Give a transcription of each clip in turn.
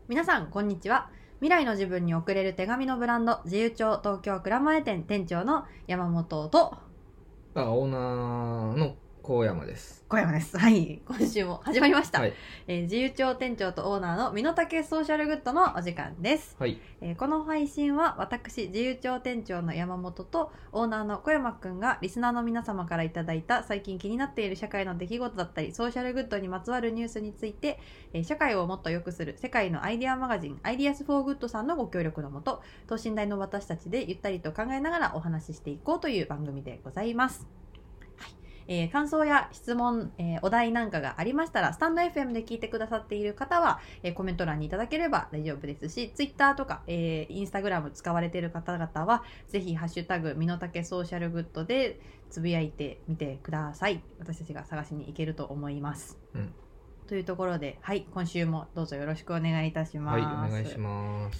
皆さんこんにちは。未来の自分に送れる手紙のブランド、自由帳東京蔵前店店長の山本とオーナーの高山です。 小山です。はい、今週も始まりました。 はい。 自由帳店長とオーナーの身の丈ソーシャルグッドのお時間です。 はい。 この配信は私自由帳店長の山本とオーナーの小山くんがリスナーの皆様からいただいた最近気になっている社会の出来事だったりソーシャルグッドにまつわるニュースについて、社会をもっと良くする世界のアイデアマガジンアイディアスフォーグッドさんのご協力のもと、等身大の私たちでゆったりと考えながらお話ししていこうという番組でございます。感想や質問、お題なんかがありましたらスタンド FM で聞いてくださっている方は、コメント欄にいただければ大丈夫ですし、ツイッターとか、インスタグラム使われている方々はぜひハッシュタグ身の丈ソーシャルグッドでつぶやいてみてください。私たちが探しに行けると思います、というところで、はい、今週もどうぞよろしくお願いいたします。 はい、お願いします。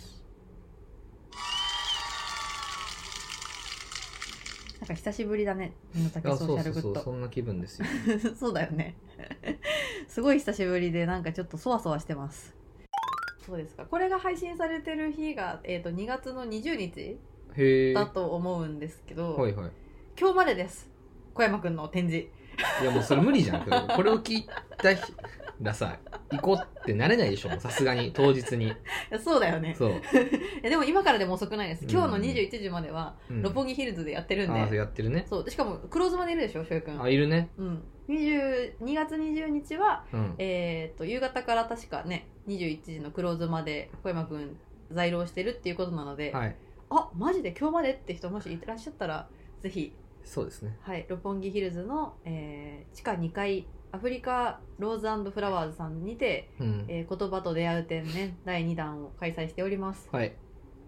なんか久しぶりだね、身の丈ソーシャルグッド。 そうそんな気分ですよそうだよねすごい久しぶりでなんかちょっとそわそわしてます。そうですか。これが配信されてる日が、2月の20日だと思うんですけど、 はいはい、 今日までです、小山くんの展示。 いやもうそれ無理じゃんこれを聞いたらさ行こうってなれないでしょ、さすがに当日に。いやそうだよね。 そういやでも今からでも遅くないです。今日の21時までは六本木ヒルズでやってるんで、 そうやってるね。 そうでしかもクローズまでいるでしょ、翔くん。 いるね。 2月20日は、夕方から確かね21時のクローズまで小山くん在廊してるっていうことなので、 はい、 マジで今日までって人もしいらっしゃったらぜひ。 そうですね、 はい、六本木ヒルズの、地下2階アフリカローズ&フラワーズさんにて、言葉と出会う展ね第2弾を開催しております。 はい、はい、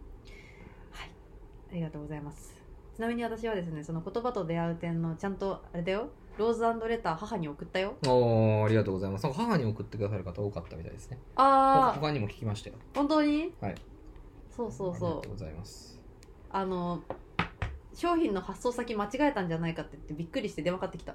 ありがとうございます。ちなみに私はですね、その言葉と出会う展のちゃんとあれだよ、ローズ&レター母に送ったよ。 ありがとうございます。母に送ってくださる方多かったみたいですね。他にも聞きましたよ。 本当に？ はい、 そうそうそう、 ありがとうございます。 商品の発送先間違えたんじゃないかって言ってびっくりして電話かかってきた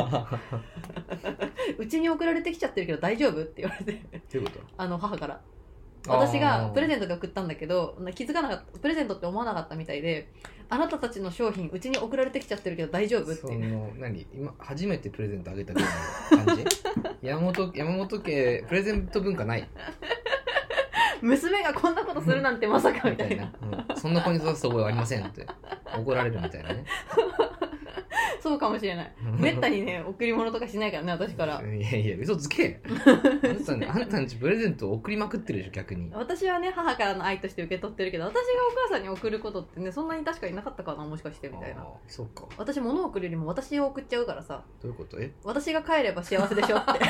うちに送られてきちゃってるけど大丈夫って言われて。 どういうこと？ 母から私がプレゼントで送ったんだけど気づかなかった、プレゼントって思わなかったみたいで、あなたたちの商品うちに送られてきちゃってるけど大丈夫って今初めてプレゼントあげたぐらいの感じ山本家プレゼント文化ない娘がこんなことするなんてまさかみたいなそんな子に育つ覚えはありませんって怒られるみたいなねそうかもしれない。めったにね贈り物とかしないからね、私から。 いや嘘つけあんたんちプレゼントを送りまくってるでしょ、逆に。 私はね母からの愛として受け取ってるけど、私がお母さんに送ることってねそんなに確かになかったかな、もしかしてみたいな。 そうか。 私物を送るよりも私を送っちゃうからさ。 どういうこと？ 私が帰れば幸せでしょって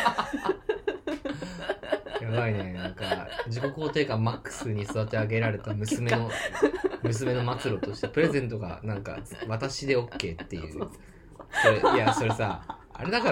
やばいね、なんか自己肯定感マックスに育て上げられた娘の末路としてプレゼントがなんか私で OK っていう。それさ、あれだから、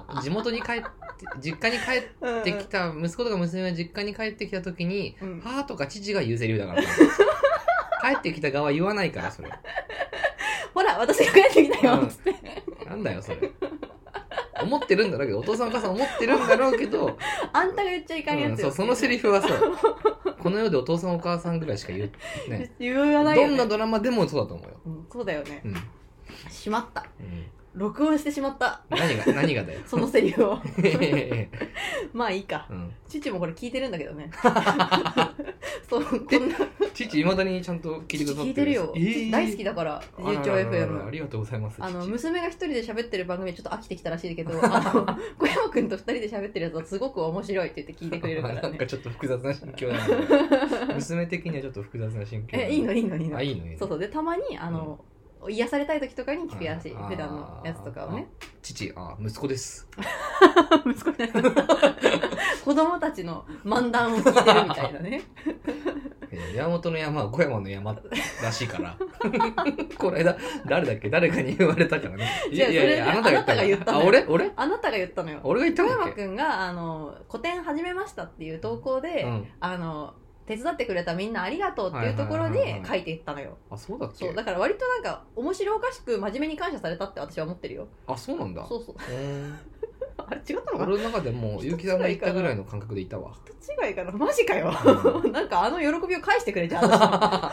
地元に帰って実家に帰ってきた息子とか娘が実家に帰ってきた時に、母とか父が言うセリフだから帰ってきた側言わないから、それほら私が帰ってきたよっつって、 なんだよそれ。思ってるんだろうけど、お父さんお母さん思ってるんだろうけどあんたが言っちゃいかんやつよ、 そのセリフはさこの世でお父さんお母さんぐらいしか言わないよね。 どんなドラマでもそうだと思うよ。 そうだよね。しまった、録音してしまった。 何がだよそのセリフをまあいいか、父もこれ聞いてるんだけどねそうこんな父いまだにちゃんと聞いてくださってる。 聞いてるよ、大好きだから自由帳 FM。 ありがとうございます。 娘が一人で喋ってる番組ちょっと飽きてきたらしいけど小山くんと二人で喋ってるやつはすごく面白いって言って聞いてくれるからねなんかちょっと複雑な心境なんで娘的にはちょっと複雑な心境。 いいのそうでたまに癒されたい時とかに聞くやし、普段のやつとかをね。 息子です息子ね子供たちの漫談を聞いてるみたいなね山本の山は小山の山らしいからこの間誰かに言われたからね。 いやあなたが言ったのよ。 俺あなたが言ったのよ。 俺が言ったの小山くんが個展始めましたっていう投稿で、手伝ってくれたみんなありがとうっていうところで書いていったのよ。 あ、そうだっけ？ そうだから割となんか面白おかしく真面目に感謝されたって私は思ってるよ。 あ、そうなんだ。 そうあれ違ったのかな。 俺の中でもう結城さんが言ったぐらいの感覚でいたわ。 人違いかな。マジかよ、なんかあの喜びを返してくれちゃう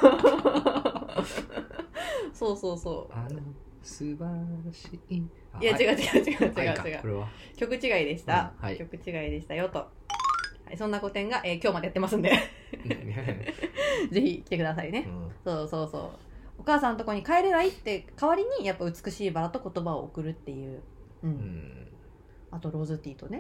そうそうそう。 あの素晴らしい。 いや、違うこれは曲違いでした、 はい、 曲違いでしたよと。はい、そんな古典が、今日までやってますんでぜひ来てくださいね、そうそうそう。お母さんのとこに帰れないって代わりにやっぱ美しいバラと言葉を送るっていう、あとローズティーとね、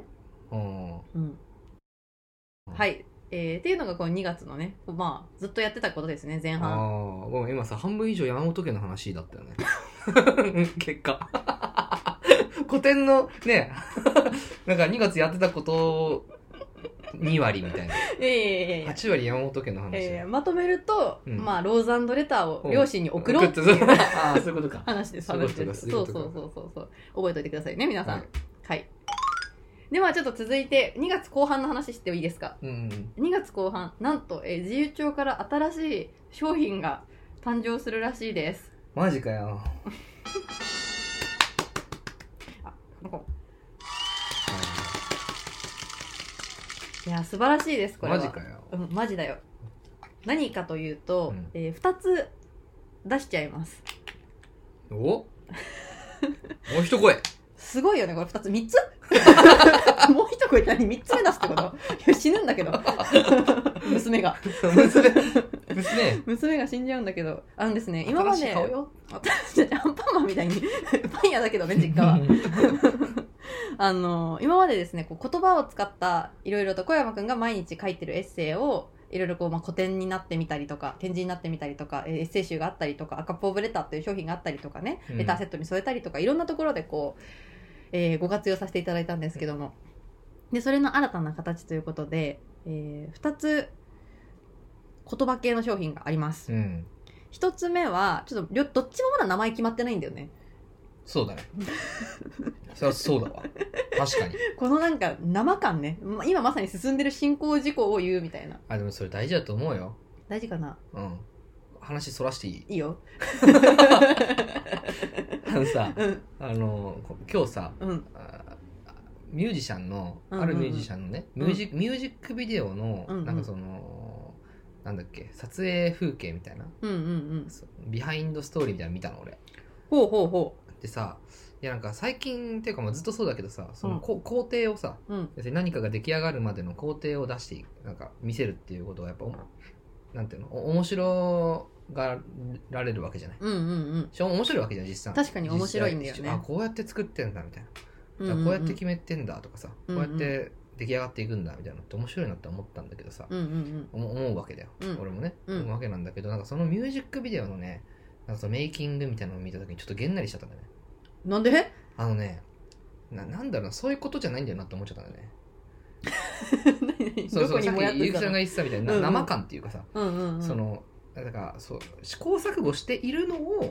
はい、っていうのがこの2月のね、まあずっとやってたことですね、前半。 ごめん、今さ半分以上山本家の話だったよね結果古典のねなんか2月やってたこと2割みたいな。8割山本家の話。 まとめると、まあローズ&レターを両親に送ろうっていうああ、そういうことか。 話です。そう覚えておいてくださいね、皆さん。はい。ではちょっと続いて2月後半の話してもいいですか。2月後半、なんと自由帳から新しい商品が誕生するらしいです。 マジかよ。 あ、この子。いや素晴らしいです。これはマジかよ、 マジだよ。何かというと、2つ出しちゃいます。 もう一声すごいよねこれ。2つ3つもう一声って何。3つ目出すってこと。いや死ぬんだけど娘が娘が死んじゃうんだけど、ですね、今までアンパンマンみたいにパン屋だけどね実家は今までですね、こう言葉を使ったいろいろと小山くんが毎日書いてるエッセイをいろいろこう、古典になってみたりとか展示になってみたりとか、エッセイ集があったりとか、赤ポーブレターっていう商品があったりとかね、レターセットに添えたりとかいろんなところでこう、ご活用させていただいたんですけども、でそれの新たな形ということで、2つ言葉系の商品があります、1つ目はちょっとどっちもまだ名前決まってないんだよね。 そうだねそうだわ、確かにこのなんか生感ね、今まさに進んでる進行事項を言うみたいな。 でもそれ大事だと思うよ。 大事かな。 話そらしていい？ いいよさ、今日さ、ミュージシャンの、あるミュージシャンのね、ミュージックビデオの、なんかそのなんだっけ、撮影風景みたいな、ビハインドストーリーみたいなの見たの俺。でさ、いやなんか最近っていうかずっとそうだけどさ、その工程をさ、何かが出来上がるまでの工程を出してなんか見せるっていうことがやっぱなんていうの、面白がられるわけじゃない。面白いわけじゃん実際。 確かに面白いんだよね。 こうやって作ってんだみたいな、こうやって決めてんだとかさ、こうやって出来上がっていくんだみたいなのって面白いなって思ったんだけどさ、思うわけだよ、俺もね、思うわけなんだけど、なんかそのミュージックビデオのね、なんかそのメイキングみたいなのを見た時にちょっとげんなりしちゃったんだよね。 なんで？ なんだろうな、そういうことじゃないんだよなって思っちゃったんだよねそうさっきゆうきさんが言ってたみたいな、生感っていうかさ、そのだからそう試行錯誤しているのを、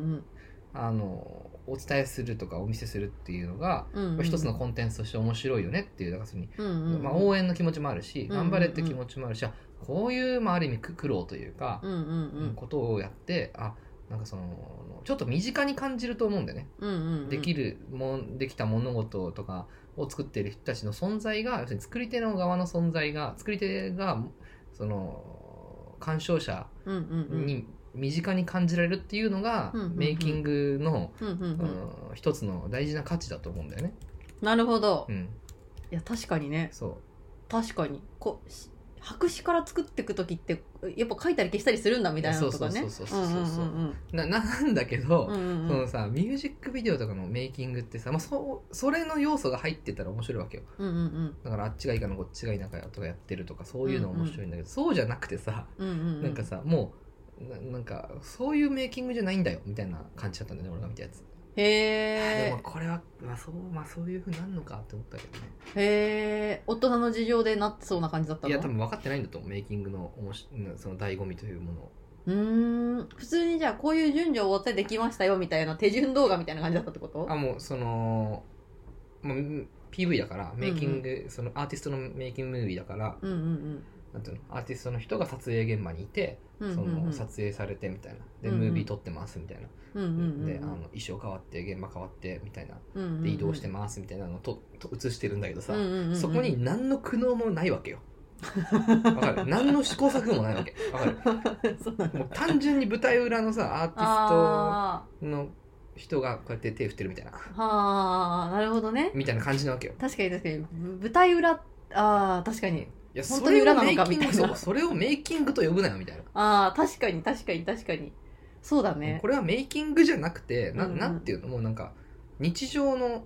お伝えするとかお見せするっていうのが、一つのコンテンツとして面白いよねっていう、だからその応援の気持ちもあるし、頑張れって気持ちもあるし、こういう、ある意味苦労というか、ことをやってなんかそのちょっと身近に感じると思うんだよね、できた物事とかを作っている人たちの存在が、要するに作り手の側の存在が、作り手がその鑑賞者に身近に感じられるっていうのが、メイキングの一つの大事な価値だと思うんだよね。 なるほど、いや確かにね。 そう確かに白紙から作っていく時ってやっぱ書いたり消したりするんだみたいなのとかね。 なんだけど、そのさミュージックビデオとかのメイキングってさ、それの要素が入ってたら面白いわけよ、だからあっちがいいかなこっちがいいなかとかやってるとか、そういうの面白いんだけど、そうじゃなくてさ、なんかさもうなんかそういうメイキングじゃないんだよみたいな感じだったんだよね、俺が見たやつ。でもこれはそういう風になるのかって思ったけどね。 大人の事情でなってそうな感じだったの？ いや多分分かってないんだと思う、メイキングのその醍醐味というものを。 普通にじゃあこういう順序を追ってできましたよみたいな手順動画みたいな感じだったってこと？ もうその、PV だからメイキング、そのアーティストのメイキングムービーだから、 なんていうのアーティストの人が撮影現場にいて、その撮影されてみたいなで、ムービー撮ってますみたいな、で衣装変わって現場変わってみたいな、で移動してますみたいなのと映してるんだけどさ、そこに何の苦悩もないわけよ。わかる。何の試行錯誤もないわけ。わかる。 そうなんだ。 もう単純に舞台裏のさアーティストの人がこうやって手振ってるみたいな。 はあ、なるほどね。 みたいな感じなわけよ。 確かに確かに舞台裏、確かに。 いや本当に裏なのかみたいな。 それをメイキングと呼ぶなよみたいな。確かに確かに確かに。そうだね。 これはメイキングじゃなくて、なんていうのもうなんか日常の、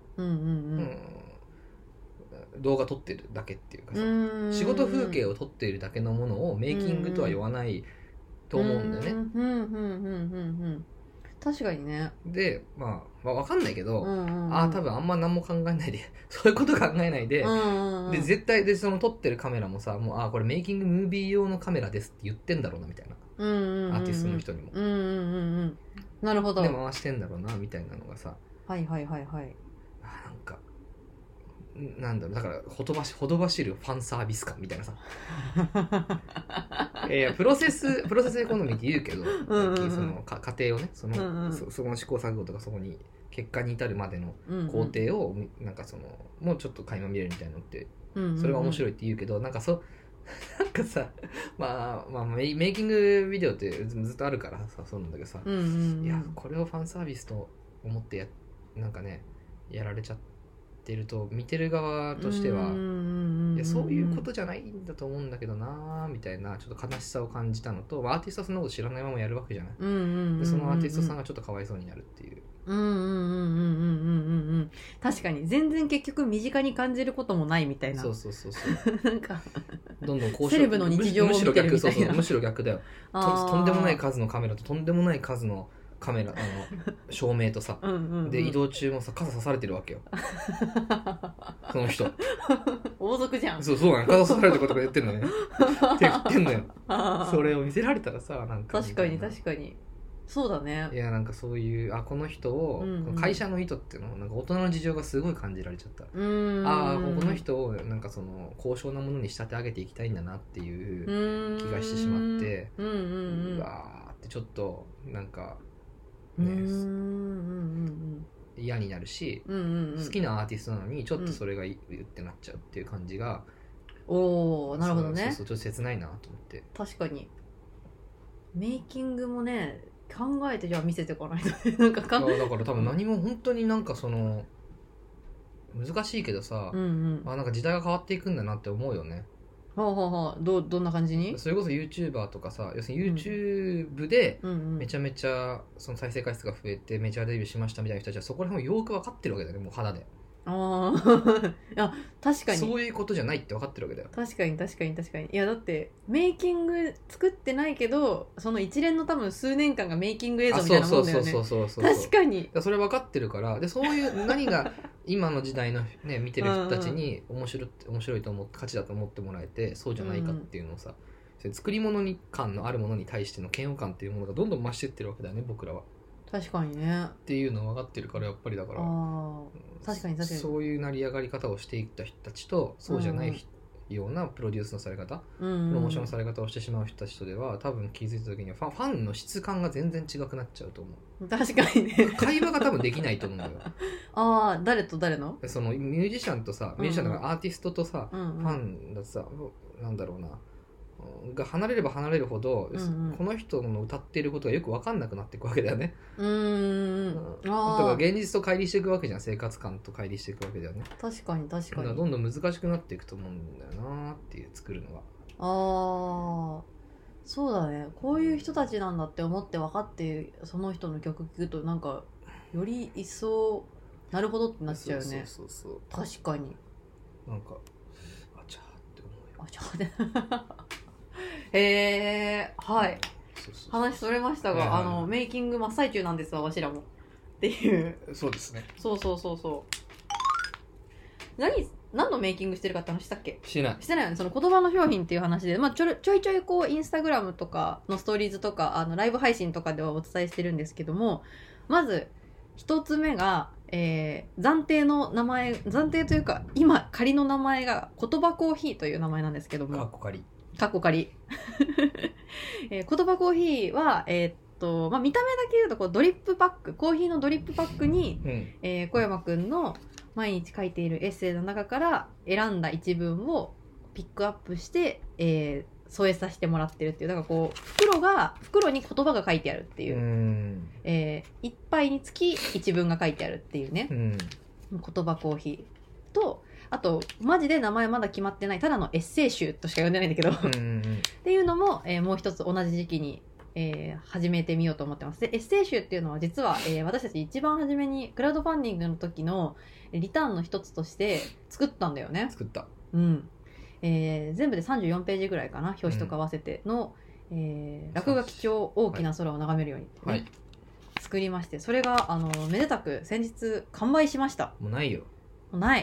動画撮ってるだけっていうかさ、仕事風景を撮っているだけのものをメイキングとは言わないと思うんだよね。 確かにね。 で、まあ分かんないけど、多分あんま何も考えないでそういうこと考えないで、で絶対でその撮ってるカメラもさ、もうこれメイキングムービー用のカメラですって言ってんだろうなみたいな、アーティストの人にも、 なるほど。 で回してんだろうなみたいなのがさ、 なんかなんだろう、だからほとばしるファンサービス感みたいなさいやプロセスエコノミーって言うけど、その過程をね、その試行錯誤とかそこに結果に至るまでの工程をなんかそのもうちょっと垣間見れるみたいなのって、それが面白いって言うけど、なんかさまあメイキングビデオってずっとあるからさ、そうなんだけどさ、いやこれをファンサービスと思ってなんかねやられちゃってると、見てる側としては、いやそういうことじゃないんだと思うんだけどなみたいなちょっと悲しさを感じたのと、アーティストはそんなこと知らないままやるわけじゃない、でそのアーティストさんがちょっとかわいそうになるっていう。 確かに全然結局身近に感じることもないみたいな。 そうなんかどんどんセレブの日常を見てるみたいな。 むしろ逆だよ。とんでもない数のカメラととんでもない数のカメラ照明とさで移動中もさ傘さされてるわけよその人王族じゃん。 そうなん傘さされてることか言ってんのね手振ってんのよそれを見せられたらさ、なんか確かにそうだね。 いやなんかそういうこの人を、会社の意図っていうのをなんか大人の事情がすごい感じられちゃった。この人をなんかその高尚なものに仕立て上げていきたいんだなっていう気がしてしまって、うわーってちょっとなんかね、嫌になるし、好きなアーティストなのにちょっとそれがってなっちゃうっていう感じが、 なるほどね。 そうちょっと切ないなと思って。 確かにメイキングもね考えてじゃあ見せてこないとなんかだから多分何も本当になんかその難しいけどさ、なんか時代が変わっていくんだなって思うよね。 どんな感じに？ それこそ YouTuber とかさ、要するに YouTube でめちゃめちゃその再生回数が増えてメジャーデビューしましたみたいな人たちはそこら辺をよく分かってるわけだよね、もう肌で。 いや確かにそういうことじゃないって分かってるわけだよ。 確かにいやだってメイキング作ってないけどその一連の多分数年間がメイキング映像みたいなもんだよね。 そう確かにそれ分かってるから、でそういう何が今の時代の、ね、見てる人たちに面白いと思って価値だと思ってもらえて、そうじゃないかっていうのをさ、作り物に感のあるものに対しての嫌悪感っていうものがどんどん増していってるわけだよね、僕らは。 確かにねっていうのを分かってるから、やっぱりだから確かにそういう成り上がり方をしていった人たちとそうじゃないようなプロデュースのされ方、プロモーションのされ方をしてしまう人たちとでは多分気づいた時にはファンの質感が全然違くなっちゃうと思う。 確かにね会話が多分できないと思うんだよ誰と誰のそのミュージシャンとさ、ミュージシャンだからアーティストとさ、ファンだとさ、なんだろうなが離れれば離れるほど、この人の歌っていることがよく分かんなくなっていくわけだよね。だから現実と乖離していくわけじゃん、生活感と乖離していくわけだよね。 確かにだからどんどん難しくなっていくと思うんだよなっていう、作るのが。 そうだね、こういう人たちなんだって思って分かってその人の曲聴くとなんかより一層なるほどってなっちゃうよね。 そう確かになんかあちゃーって思うよ。 あちゃーってはい、話それましたが、メイキング真っ最中なんですわ、わしらもっていう。 そうですね。 そう何のメイキングしてるかって話したっけ？してないよね。その言葉の商品っていう話で、ちょいちょいこうインスタグラムとかのストーリーズとかライブ配信とかではお伝えしてるんですけども、まず一つ目が、暫定というか今仮の名前が言葉コーヒーという名前なんですけども、 かっこ仮かっこ仮言葉コーヒーはまあ、見た目だけ言うとこうドリップパック、コーヒーのドリップパックに、小山くんの毎日書いているエッセイの中から選んだ一文をピックアップして、添えさせてもらってるっていう、だからこう袋に言葉が書いてあるっていう、一杯につき一文が書いてあるっていうね、言葉コーヒーと、あとマジで名前まだ決まってないただのエッセイ集としか読んでないんだけどっていうのも、もう一つ同じ時期に始めてみようと思ってます。でエッセイ集っていうのは実は、私たち一番初めにクラウドファンディングの時のリターンの一つとして作ったんだよね。 作った。 全部で34ページぐらいかな、表紙とか合わせての、落書き帳大きな空を眺めるように、ね、作りまして、それがめでたく先日完売しました。 もうないよ。 もうない。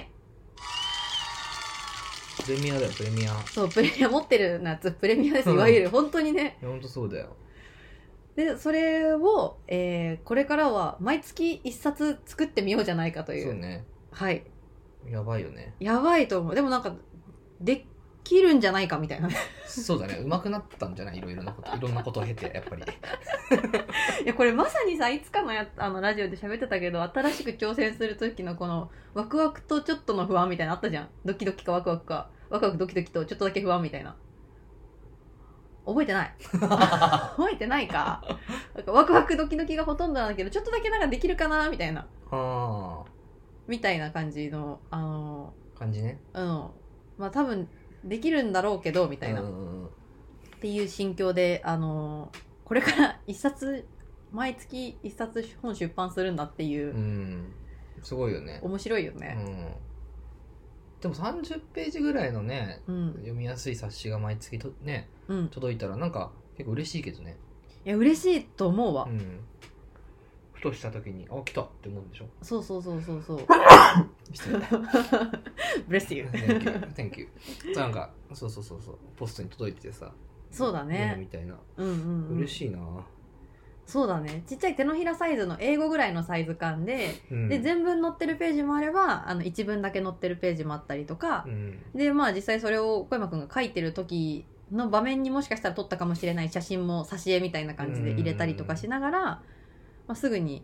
プレミアだよ、プレミア。 そう、プレミア持ってるやつプレミアです、いわゆる本当にね。 本当そうだよ。 でそれを、これからは毎月1冊作ってみようじゃないかという。 そうね。 はい。 やばいよね。 やばいと思う。でもなんかできるんじゃないかみたいなね。 そうだね。上手くなったんじゃない？いろんなことを経てやっぱり。 いやこれまさにさ、いつかのラジオで喋ってたけど、新しく挑戦する時のこのワクワクとちょっとの不安みたいなのあったじゃん。ドキドキかワクワクか、ワクワクドキドキとちょっとだけ不安みたいな。覚えてない覚えてないか。なんかワクワクドキドキがほとんどなんだけど、ちょっとだけなんかできるかなみたいなみたいな感じの感じね。 まあ多分できるんだろうけどみたいなっていう心境でこれから一冊毎月一冊本出版するんだっていう、 すごいよね。 面白いよね。 でも30ページぐらいのね、読みやすい冊子が毎月ね、届いたらなんか結構嬉しいけどね。 いや嬉しいと思うわ。 ふとした時に来たって思うんでしょ。 そう失礼。 Bless you Thank you なんかそうポストに届いててさ、 そうだねみたいな、 嬉しいな。 そうだね。ちっちゃい手のひらサイズの英語ぐらいのサイズ感で、で全文載ってるページもあれば一文だけ載ってるページもあったりとか、でまあ実際それを小山くんが書いてる時の場面にもしかしたら撮ったかもしれない写真も挿絵みたいな感じで入れたりとかしながら、まあ、すぐに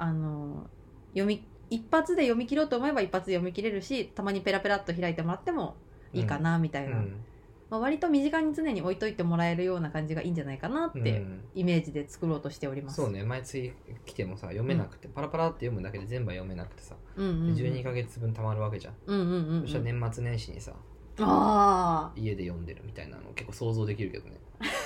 一発で読み切ろうと思えば一発で読み切れるし、たまにペラペラっと開いてもらってもいいかなみたいな、まあ、割と身近に常に置いといてもらえるような感じがいいんじゃないかなってイメージで作ろうとしております。 そうね。毎月来てもさ読めなくて、パラパラって読むだけで全部は読めなくてさ、12ヶ月分たまるわけじゃん。そしたら年末年始にさ、家で読んでるみたいなの結構想像できるけどね。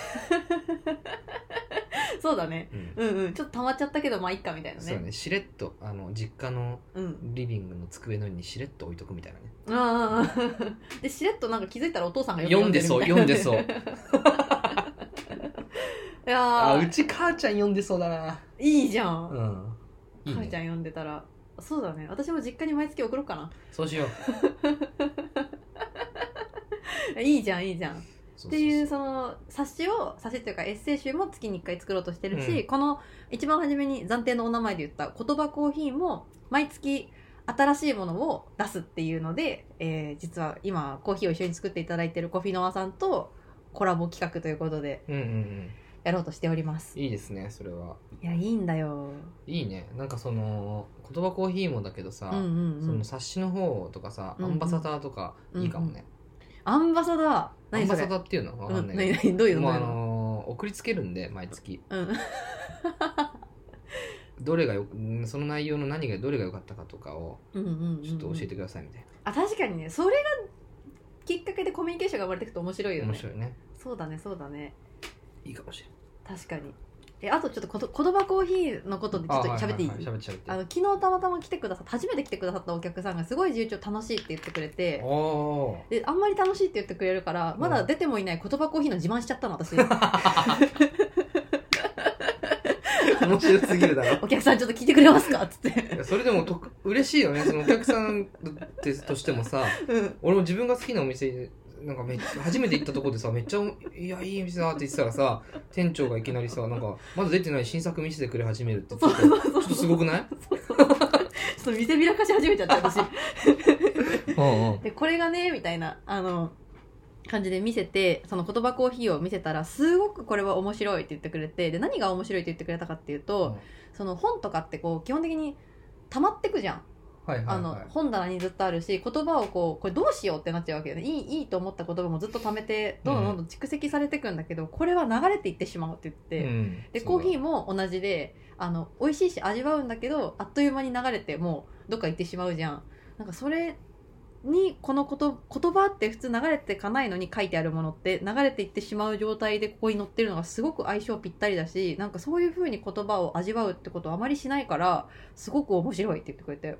そうだね、ちょっと溜まっちゃったけどまあいっかみたいなね。 そうね。しれっと実家のリビングの机の上にしれっと置いとくみたいなね。 でしれっとなんか気づいたらお父さんが読んでそういやうち母ちゃん読んでそうだな。 いいじゃん、 いいね、 母ちゃん読んでたら。そうだね。私も実家に毎月送ろうかな。 そうしよういいじゃんっていう、その冊子っていうかエッセイ集も月に1回作ろうとしてるし、この一番初めに暫定のお名前で言った言葉コーヒーも毎月新しいものを出すっていうので、実は今コーヒーを一緒に作っていただいているコフィノアさんとコラボ企画ということでやろうとしております。 いいですね。それはいやいいんだよ。 いいね。なんかその言葉コーヒーもだけどさ、その冊子の方とかさ、アンバサダーとかいいかもね。 アンバサダー、 アンバサダーっていうのわかんないけど、 どういうの？ 送りつけるんで毎月、どれがその内容の何がどれが良かったかとかをちょっと教えてくださいみたいな。 確かにね。それがきっかけでコミュニケーションが生まれていくと面白いよね。 面白いね。 そうだねいいかもしれない。確かに。あとちょっと言葉コーヒーのことでちょっと喋っていい？ 喋って。 昨日たまたま初めて来てくださったお客さんがすごい自由帳楽しいって言ってくれて、であんまり楽しいって言ってくれるからまだ出てもいない言葉コーヒーの自慢しちゃったの私。 面白すぎるだろ。 お客さんちょっと聞いてくれますかっつって。 それでも嬉しいよね。そのお客さんとしてもさ、俺も自分が好きなお店なんか初めて行ったとこでさ、めっちゃいい店だって言ってたらさ、店長がいきなりさ、なんかまだ出てない新作見せてくれ始めるって言って、ちょっとすごくない？ ちょっと見せびらかし始めちゃった私。でこれがねみたいな感じで見せて、その言葉コーヒーを見せたらすごくこれは面白いって言ってくれて、で何が面白いって言ってくれたかっていうと、その本とかってこう基本的に溜まってくじゃん。 はいはいはい、 本棚にずっとあるし、言葉をこれどうしようってなっちゃうわけよね。いいと思った言葉もずっと溜めてどんどん蓄積されていくんだけど、これは流れていってしまうって言って、でコーヒーも同じで美味しいし味わうんだけど、あっという間に流れてもうどっか行ってしまうじゃん。なんかそれにこの言葉って普通流れていかないのに書いてあるものって流れていってしまう状態でここに載ってるのがすごく相性ぴったりだし、なんかそういう風に言葉を味わうってことをあまりしないからすごく面白いって言ってくれて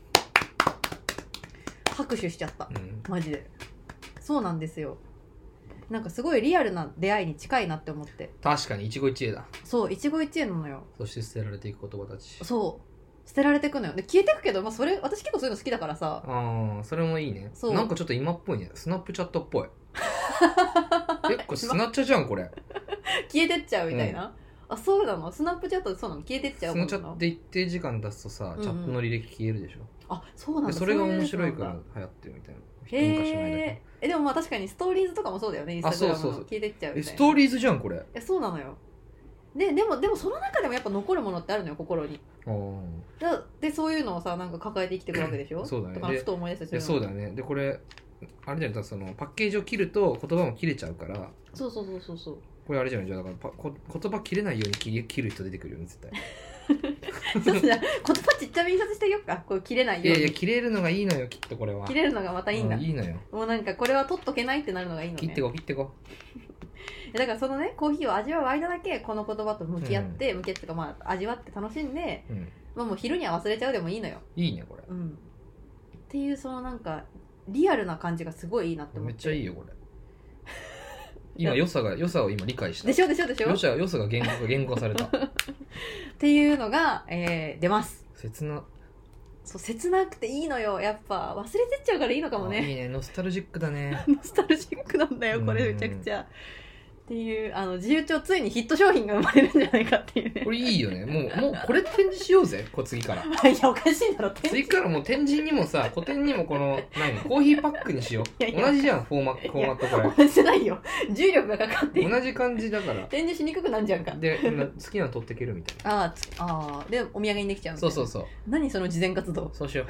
拍手しちゃった、マジで。そうなんですよ。なんかすごいリアルな出会いに近いなって思って。 確かに一期一会だ。 そう、一期一会なのよ。 そして捨てられていく言葉たち。 そう捨てられていくのよ。で消えていくけど、それ私結構そういうの好きだからさ。 ああ、それもいいね。そうなんかちょっと今っぽいね。スナップチャットっぽい。これスナッチャじゃんこれ。 消えてっちゃうみたいな、あ、そうなの。スナップチャットでそうなの、消えてっちゃうもんなの。スナチャットで一定時間出すとさ、チャットの履歴消えるでしょ。 あ、そうなんだ。 それが面白いから流行ってるみたいな。 へえ。でも確かにストーリーズとかもそうだよね。インスタグラムの消えてっちゃうみたいな。 ストーリーズじゃんこれ。 そうなのよ。でもその中でもやっぱ残るものってあるのよ、心に。でそういうのをさ、なんか抱えて生きていくわけでしょ。 そうだね。 だからふと思い出す。 そうだね。でこれあれじゃない、そのパッケージを切ると言葉も切れちゃうから。 そうこれあれじゃない、じゃあだから言葉切れないように切る人出てくるよね絶対。 そうじゃ言葉ちっちゃめに印刷してよっか、こう切れないように。 いや切れるのがいいのよ、きっとこれは。 切れるのがまたいいんだ。 いいのよ。 もうなんかこれは取っとけないってなるのがいいのね。 切ってこ。 だからそのね、コーヒーを味わう間だけこの言葉と向き合って、向き合っていうか味わって楽しんで、もう昼には忘れちゃうでもいいのよ。 いいねこれ。 っていうそのなんかリアルな感じがすごいいいなって思って。 めっちゃいいよこれ。今良さを今理解した。 でしょ。 良さが言語化された。 っていうのが、出ます。そう、切なくていいのよ。やっぱ忘れてっちゃうからいいのかもね。 いいね、ノスタルジックだね。 ノスタルジックなんだよこれ、めちゃくちゃ。っていう自由帳ついにヒット商品が生まれるんじゃないかっていうね。 これいいよね。もうこれ展示しようぜ、次から。 いやおかしいだろ。 次からもう展示にもさ、個展にもこのコーヒーパックにしよう。同じじゃん、フォーマットこれ。 同じじゃないよ。重力がかかって同じ感じだから。 展示しにくくなんじゃんか。 で好きなの取ってけるみたいな。 でお土産にできちゃうみたいな。 そう。 何その慈善活動。 そうしよう。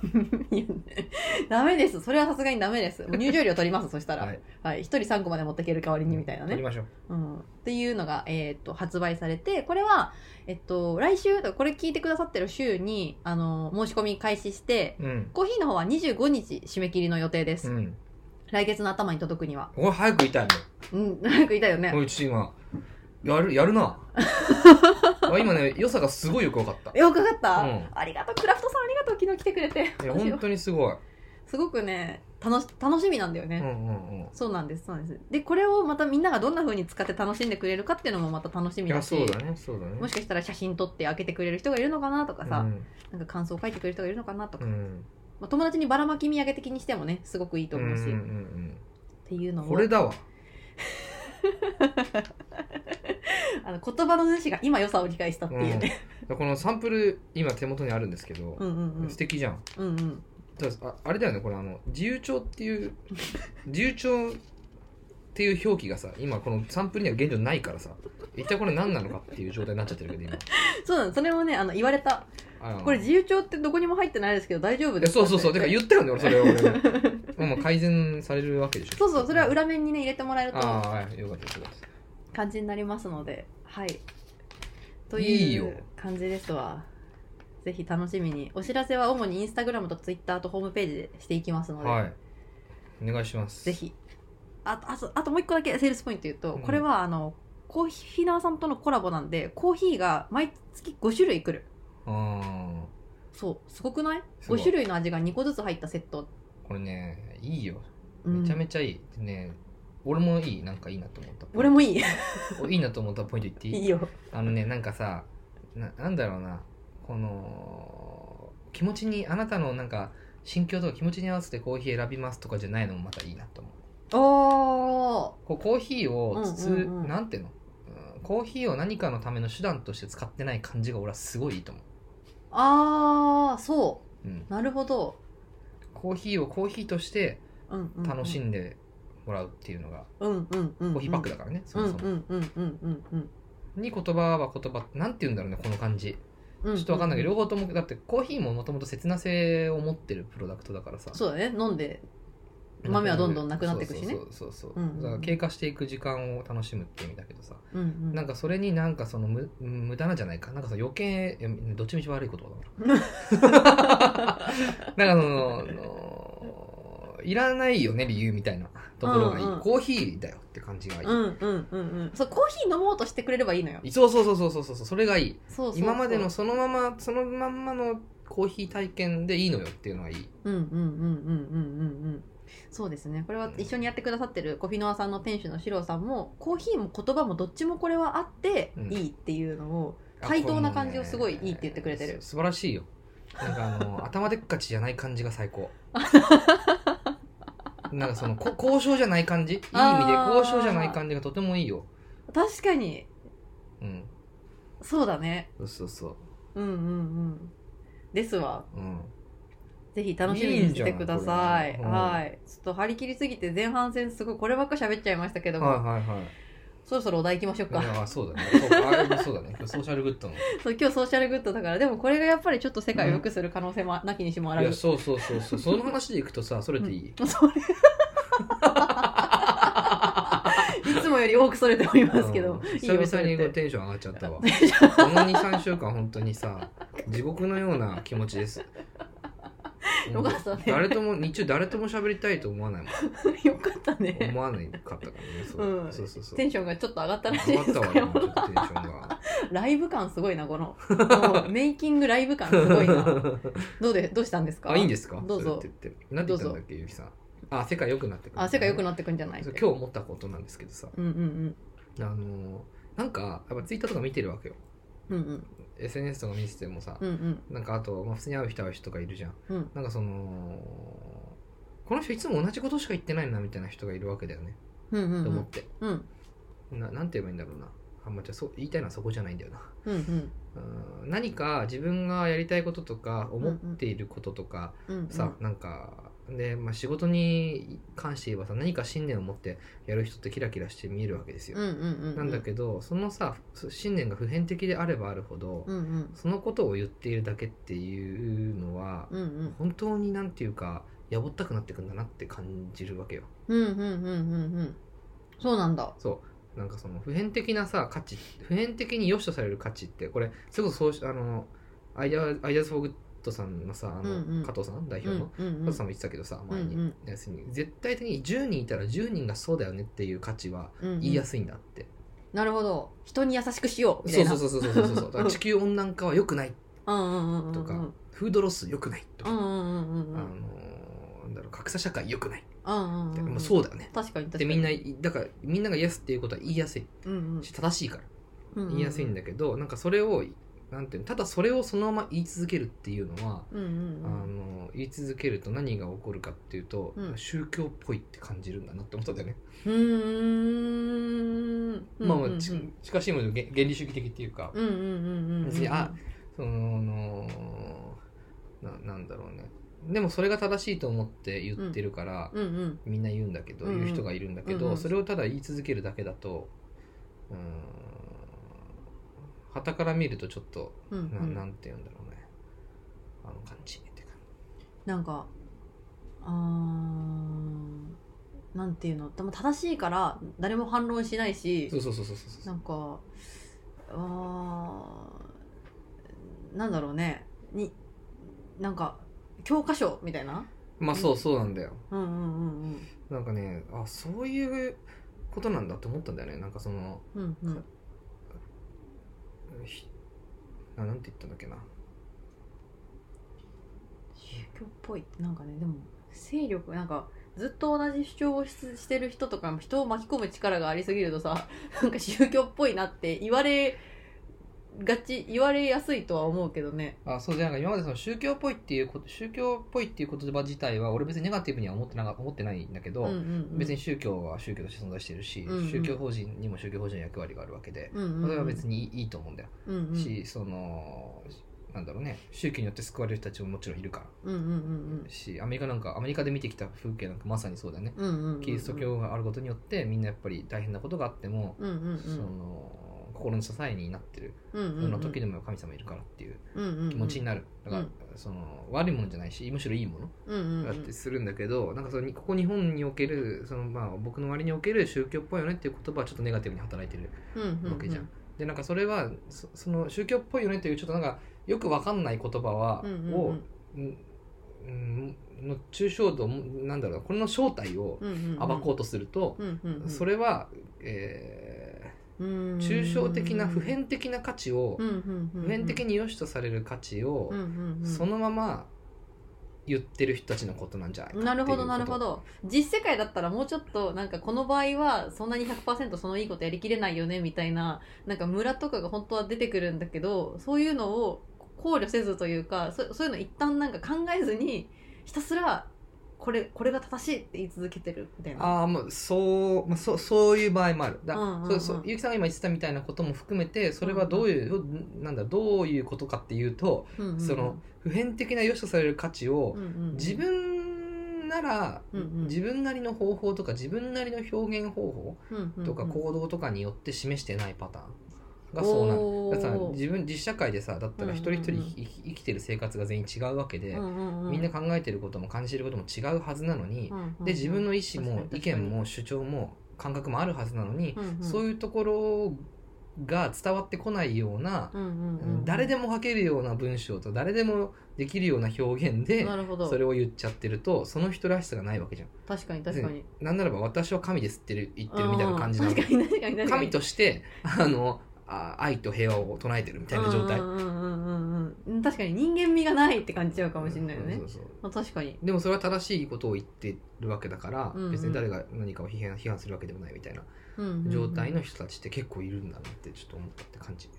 ダメです。それはさすがにダメです。もう入場料取ります。そしたら、 はい、 1人3個まで持ってける代わりにみたいなね。 取りましょう。 っていうのが、発売されて、これは、来週、これ聞いてくださってる週に申し込み開始して、コーヒーの方は25日締め切りの予定です。来月の頭に届くには。 これ早く言いたいもん。早く言いたいよね。 これ今やるな。今ね、良さがすごいよく分かった。 よく分かった、ありがとう、クラフトさんありがとう、昨日来てくれて。 いや本当にすごい。 すごくね、楽しみなんだよね。そうなんです。でこれをまたみんながどんな風に使って楽しんでくれるかっていうのもまた楽しみだし。 そうだね。 もしかしたら写真撮って開けてくれる人がいるのかなとかさ、なんか感想を書いてくれる人がいるのかなとか、友達にばらまき土産的にしてもね、すごくいいと思うし、っていうのを。 これだわ。 言葉の主が今良さを理解したっていうね、 このサンプル今手元にあるんですけど、素敵じゃん。あれだよね、これ自由帳っていう表記がさ、今このサンプルには現状ないからさ、一体これ何なのかっていう状態になっちゃってるけど今。 そうなの。それもね言われた。これ自由帳ってどこにも入ってないですけど大丈夫ですかって。 そうだから言ったよね俺それを。もう改善されるわけでしょ。 そうそれは裏面にね入れてもらえるとよかった感じになりますので、という感じですわ。ぜひ楽しみに。お知らせは主にインスタグラムとツイッターとホームページでしていきますので、 お願いします。 ぜひ。あともう一個だけセールスポイント言うと、これはコーヒーナーさんとのコラボなんで、コーヒーが毎月5種類来る。そうすごくない？ 5 種類の味が2個ずつ入ったセット。 これねいいよ、めちゃめちゃいい、ね。俺もいい、なんかいいなと思った。 俺もいいいいなと思ったポイント言っていい？ いいよ。 なんかさ、なんだろうな、この気持ちに、あなたのなんか心境とか気持ちに合わせてコーヒー選びますとかじゃないのもまたいいなと思う。コーヒーをなんていうの、コーヒーを何かのための手段として使ってない感じが俺はすごいいいと思う。 そう、なるほど。 コーヒーをコーヒーとして楽しんでもらうっていうのが、 うんうんうん、 コーヒーパックだからね、そうんもそも、 うんうんうんうんうんに言葉は言葉なんて言うんだろうね、この感じうん、 ちょっとわかんないけど、両方ともだってコーヒーももともと切な性を持ってるプロダクトだからさ、 そうだね、飲んで豆はどんどんなくなっていくしね。 そう、 うんうんうん、 だから経過していく時間を楽しむっていう意味だけどさ、 うんうん、 なんかそれになんかその無駄なじゃないか、なんかさ余計、いやどっちみち悪い言葉だからなんかいらないよね理由みたいなところがいい、 うんうん、 コーヒーだよって感じがいい、 うんうんうんうん、そう、コーヒー飲もうとしてくれればいいのよ。 そうそれがいい。 そう今までのそのままのコーヒー体験でいいのよっていうのがいい。 うんうんうんうんうんうんうん。そうですね。これは一緒にやってくださってるコフィノアさんの店主のシロさんも、コーヒーも言葉もどっちもこれはあっていいっていうのを、対等な感じをすごいいいって言ってくれてる。 素晴らしいよ。なんか頭でっかちじゃない感じが最高。なんかその交渉じゃない感じ、いい意味で交渉じゃない感じがとてもいいよ。 確かに。 うん。 そうだね。 そう。 うんうんうん。ですわ。 うん。 ぜひ楽しみにしてください。 いいんじゃんはい。ちょっと張り切りすぎて前半戦すごいこればっか喋っちゃいましたけども、 はい。 そろそろお題行きましょうか。 そうだね。そうだね。ソーシャルグッドの。 そう、今日ソーシャルグッドだから、でもこれがやっぱりちょっと世界を良くする可能性もなきにしもあらず。 いや、そう。その話でいくとさ、それっていい？ それいつもより多くそれておりますけど、 久々にテンション上がっちゃったわ。この 2,3 週間本当にさ、地獄のような気持ちです。 よかったね。 日中誰とも喋りたいと思わないもん。 よかったね。 思わないかったからね。そう。 テンションがちょっと上がったらしいです。 上がったわ、ちょっとテンションが。 ライブ感すごいな、この。メイキングライブ感すごいな。どうしたんですか？ あ、いいんですか？ どうぞ。 なんて言ったんだっけ、ゆきさん。あ、世界良くなってくる。 世界良くなってくんじゃない？ 今日思ったことなんですけどさ。なんか、やっぱツイッターとか見てるわけよ。SNS とか見ててもさ、なんかあと、普通に会う人とかいるじゃん。なんかこの人いつも同じことしか言ってないなみたいな人がいるわけだよね。と思って。なんて言えばいいんだろうな。言いたいのはそこじゃないんだよな。何か自分がやりたいこととか思っていることとかさ、なんかで、仕事に関して言えばさ、何か信念を持ってやる人ってキラキラして見えるわけですよ。なんだけど、そのさ信念が普遍的であればあるほど、そのことを言っているだけっていうのは、本当になんていうかやぼったくなってくんだなって感じるわけよ。 そうなんだ。 そうなんかその普遍的なさ価値、普遍的に良しとされる価値って、これそれこそアイデアズ・フォー・グッドさんのさ、加藤さん代表の、加藤さんも言ってたけどさ、前に、絶対的に10人いたら10人がそうだよねっていう価値は言いやすいんだって。 なるほど。人に優しくしようみたいな。 そうだから地球温暖化は良くないとか、フードロス良くないとか、格差社会良くない、もうそうだよね。 確かにでみんながイエスっていうことは言いやすいし、正しいから言いやすいんだけど、なんかそれをなんていうの、ただそれをそのまま言い続けるっていうのは、言い続けると何が起こるかっていうと、宗教っぽいって感じるんだなって思ったんだよね。近しいもの原理主義的っていうか、別になんだろうね。でもそれが正しいと思って言ってるから、みんな言うんだけど、言う人がいるんだけど、それをただ言い続けるだけだと、傍から見るとちょっと、なんて言うんだろうね、感じってか、 なんかなんていうの、でも正しいから誰も反論しないし、なんかなんだろうね、なんか教科書みたいな。 そうなんだよ。なんかね、そういうことなんだって思ったんだよね。なんかその、なんて言ったんだっけな、宗教っぽいなんかね、でも勢力なんかずっと同じ主張をしてる人とか人を巻き込む力がありすぎるとさ、なんか宗教っぽいなって言われやすいとは思うけどね。 そうじゃないか。今までその宗教っぽいっていう言葉自体は俺別にネガティブには思ってないんだけど、別に宗教は宗教として存在してるし、宗教法人にも宗教法人の役割があるわけで、それは別にいいと思うんだよ。し、そのなんだろうね、宗教によって救われる人たちももちろんいるから、しアメリカで見てきた風景なんかまさにそうだよね、キリスト教があることによってみんなやっぱり大変なことがあっても、その心の支えになってる、どんな時でも神様いるからっていう気持ちになる。だから、その悪いものじゃないしむしろいいものだってするんだけど、なんかそのここ日本におけるその、まあ、僕の割における宗教っぽいよねっていう言葉はちょっとネガティブに働いてるわけじゃん。でなんかそれはその宗教っぽいよねというちょっとなんかよくわかんない言葉は、の抽象度なんだろう、これの正体を暴こうとすると、それは、抽象的な普遍的な価値を、普遍的に良しとされる価値を、そのまま言ってる人たちのことなんじゃないかっていうこと。 なるほどなるほど。実世界だったらもうちょっとなんかこの場合はそんなに 100% そのいいことやりきれないよねみたいな、なんかムラとかが本当は出てくるんだけど、そういうのを考慮せずというか、そういうの一旦なんか考えずにひたすらこれが正しいって言い続けてるみたいな。 そういう場合もある。結城さんが今言ってたみたいなことも含めて、それはどういうことかっていうと、その普遍的な良しとされる価値を、自分なら、自分なりの方法とか自分なりの表現方法とか行動とかによって示してないパターンがそうなる。だから実社会でさ、だったら一人一人生きてる生活が全員違うわけで、みんな考えてることも感じてることも違うはずなのに、で自分の意思も意見も主張も感覚もあるはずなのに、そういうところが伝わってこないような、誰でも書けるような文章と誰でもできるような表現でそれを言っちゃってると、その人らしさがないわけじゃん。 確かになんならば私は神ですって言ってるみたいな感じなの。 確かに神として愛と平和を唱えてるみたいな状態。 確かに人間味がないって感じちゃうかもしれないよね。確かに。 でもそれは正しいことを言ってるわけだから、別に誰が何かを批判するわけでもないみたいな状態の人たちって結構いるんだなってちょっと思ったって感じ。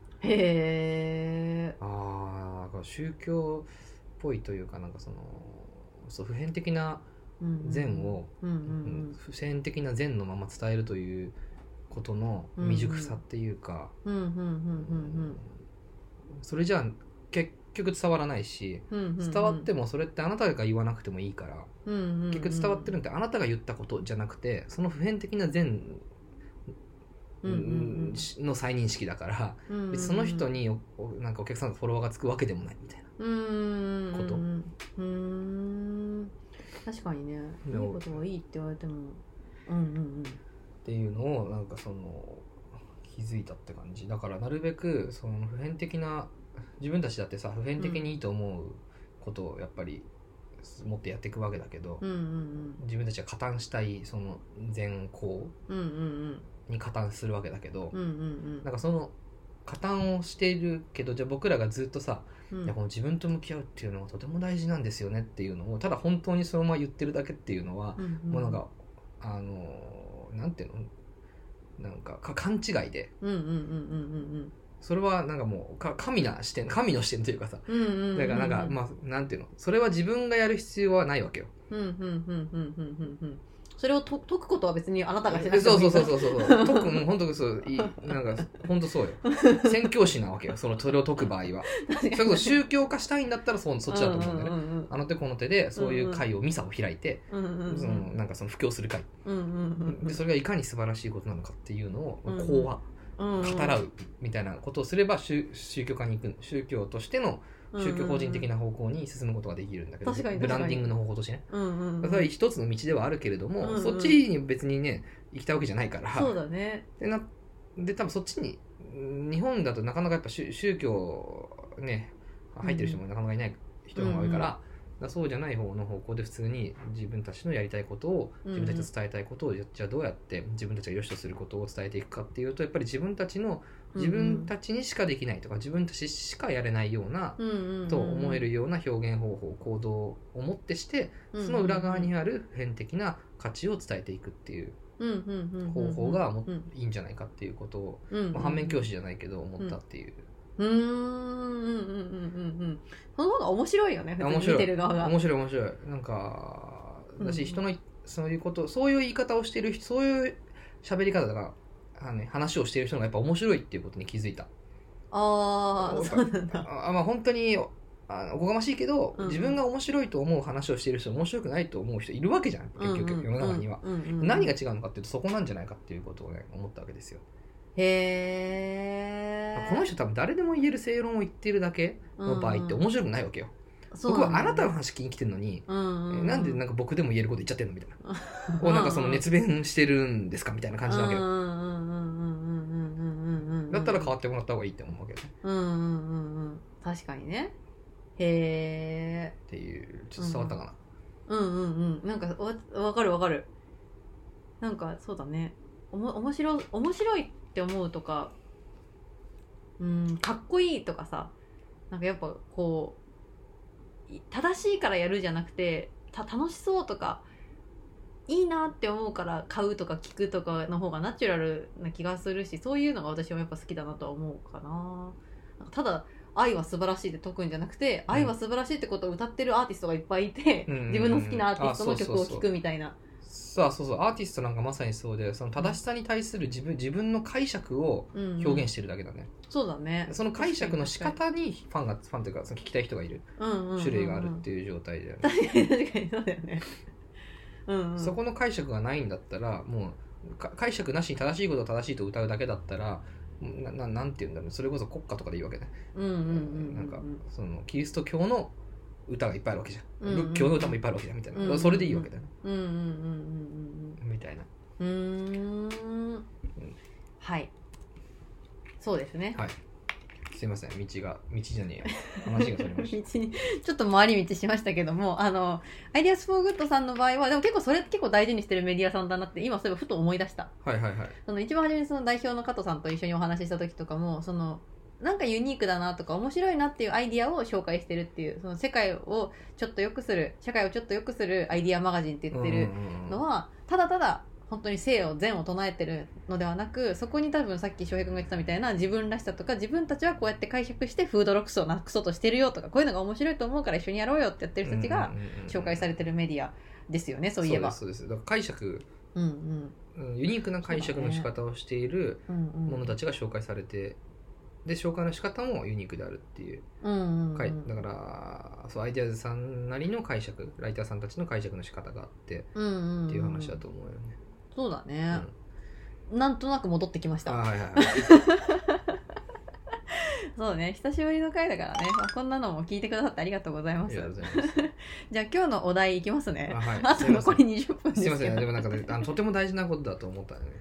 へー。 宗教っぽいというか、なんかそう普遍的な善を、普遍的な善のまま伝えるということの未熟さっていうか、それじゃあ結局伝わらないし、伝わってもそれってあなたが言わなくてもいいから、結局伝わってるのってあなたが言ったことじゃなくて、その普遍的な善の再認識だから、その人になんかお客さんのフォロワーがつくわけでもないみたいなこと。 確かにね、いいことはいいって言われてもっていうのをなんか気づいたって感じだから、なるべくその普遍的な、自分たちだってさ普遍的にいいと思うことをやっぱり持ってやっていくわけだけど、自分たちが加担したいその善行に加担するわけだけど、なんかその加担をしているけど、じゃあ僕らがずっとさ、いやこの自分と向き合うっていうのはとても大事なんですよねっていうのをただ本当にそのまま言ってるだけっていうのは、もうなんかなんていうの、なんか勘違いで、それはなんかもう神の視点というかさ、だからなんかまあなんていうの、それは自分がやる必要はないわけよ。 それを解くことは別にあなたがしてなくてもいい。 そう解く、もう本当そうなんか本当そうよ。宣教師なわけよ。それを解く場合は。それこそ宗教化したいんだったらそっちだと思うんだよね。あの手この手でそういう会をミサを開いて、なんか布教する会。でそれがいかに素晴らしいことなのかっていうのを講話、語らうみたいなことをすれば宗教化に行く、宗教としての宗教法人的な方向に進むことができるんだけど、ブランディングの方法としてね、それは一つの道ではあるけれども、そっちに別にね行きたいわけじゃないから、 そうだね。 で多分そっちに日本だとなかなかやっぱ宗教ね入ってる人もなかなかいない人が多いから、そうじゃない方の方向で普通に自分たちのやりたいことを、自分たちと伝えたいことを、じゃあどうやって自分たちが良しとすることを伝えていくかっていうと、やっぱり自分たちにしかできないとか、自分たちしかやれないようなと思えるような表現方法、行動をもってして、その裏側にある普遍的な価値を伝えていくっていう方法がいいんじゃないかっていうことを、反面教師じゃないけど思ったっていう。 その方が面白いよね、普通に見てる側が。 面白いなんかだし、人のそういうこと、そういう言い方をしている人、そういう喋り方が話をしている人がやっぱ面白いっていうことに気づいた。 ああ、そうなんだ。 まあ本当におこがましいけど、 うんうん自分が面白いと思う話をしている人、面白くないと思う人いるわけじゃん、結局、世の中には。何が違うのかっていうと、そこなんじゃないかっていうことをね、思ったわけですよ。 へえ。 この人多分誰でも言える正論を言ってるだけの場合って面白くないわけよ。僕はあなたの話聞きに来てるのに、なんでなんか僕でも言えること言っちゃってんのみたいな。なんかその熱弁してるんですかみたいな感じなわけよ。だったら変わってもらった方がいいって思うわけよね。 確かにね。へえ。 っていう、ちょっと伝わったかな。 なんかわかるわかる。なんかそうだね。面白いって思うとか、かっこいいとかさ、なんかやっぱこう正しいからやるじゃなくて、楽しそうとかいいなって思うから買うとか聞くとかの方がナチュラルな気がするし、そういうのが私もやっぱ好きだなとは思うかな。なんかただ愛は素晴らしいって解くんじゃなくて、愛は素晴らしいってことを歌ってるアーティストがいっぱいいて、自分の好きなアーティストの曲を聴くみたいな。 そうアーティストなんかまさにそうで、その正しさに対する自分の解釈を表現してるだけだね。 そうだね。 その解釈の仕方にファンというかその聞きたい人がいる、種類があるっていう状態だよね。 確かにそうだよね。 そこの解釈がないんだったら、もう解釈なしに正しいことを正しいと歌うだけだったら、なんて言うんだろう、それこそ国歌とかでいいわけね。なんかそのキリスト教の歌がいっぱいあるわけじゃん、仏教の歌もいっぱいあるわけじゃんみたいな、それでいいわけだよ、みたいな。 はい、そうですね。 はい、すいません、道じゃねえよ、話がそれました道にちょっと回り道しましたけども、アイデアスフォーグッドさんの場合はでも結構大事にしてるメディアさんだなって今そういえばふと思い出した。その一番初めにその代表の加藤さんと一緒にお話しした時とかも、そのなんかユニークだなとか面白いなっていうアイディアを紹介してるっていう、その世界をちょっと良くする、社会をちょっと良くするアイディアマガジンって言ってるのは、ただただ本当に正を善を唱えてるのではなく、そこに多分さっき翔平君が言ってたみたいな自分らしさとか、自分たちはこうやって解釈してフードロスをなくそうとしてるよとか、こういうのが面白いと思うから一緒にやろうよってやってる人たちが紹介されてるメディアですよね。そういえばそうです。だから解釈、ユニークな解釈の仕方をしている者たちが紹介されて、で紹介の仕方もユニークであるっていう、だからそうアイデアズさんなりの解釈、ライターさんたちの解釈の仕方があってっていう話だと思うよね。 そうだね、なんとなく戻ってきました。そうね、久しぶりの回だからね、こんなのも聞いてくださってありがとうございます。じゃあ今日のお題いきますね。あと残り20分ですけど。 すいません、でもなんかね、とても大事なことだと思ったよね。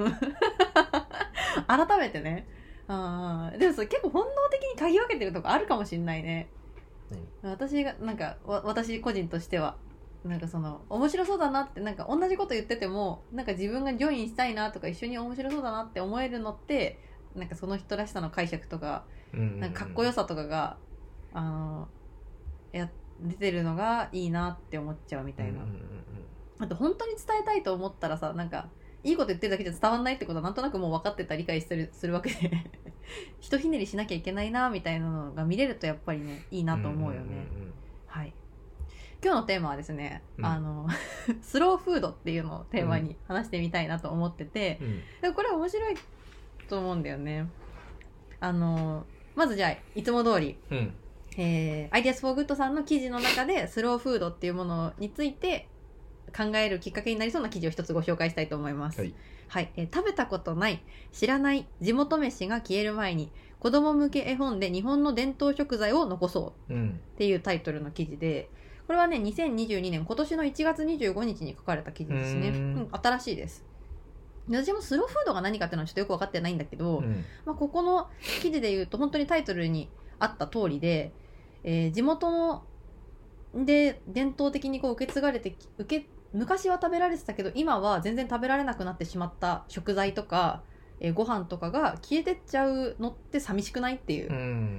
改めてね。でもそれ結構本能的に嗅ぎ分けてるとこあるかもしれないね。私がなんか私個人としてはなんかその面白そうだなって、なんか同じこと言っててもなんか自分がジョインしたいなとか一緒に面白そうだなって思えるのって、なんかその人らしさの解釈とか、なんかかっこよさとかが出てるのがいいなって思っちゃうみたいな。あと本当に伝えたいと思ったらさ、なんかいいこと言ってるだけじゃ伝わんないってことはなんとなくもう分かってた、理解するわけでひとひねりしなきゃいけないなみたいなのが見れるとやっぱりね、いいなと思うよね。はい。今日のテーマはですね、スローフードっていうのをテーマに話してみたいなと思ってて、でもこれ面白いと思うんだよね。まずじゃあいつも通り、Ideas for Good さんの記事の中でスローフードっていうものについて考えるきっかけになりそうな記事を一つご紹介したいと思います。食べたことない、知らない地元飯が消える前に子供向け絵本で日本の伝統食材を残そうっていうタイトルの記事で、これはね2022年今年の1月25日に書かれた記事ですね。新しいです。私もスローフードが何かっていうのはちょっとよく分かってないんだけど、ここの記事で言うと本当にタイトルにあった通りで、地元で伝統的にこう受け継がれて昔は食べられてたけど今は全然食べられなくなってしまった食材とか、ご飯とかが消えてっちゃうのって寂しくないっていう、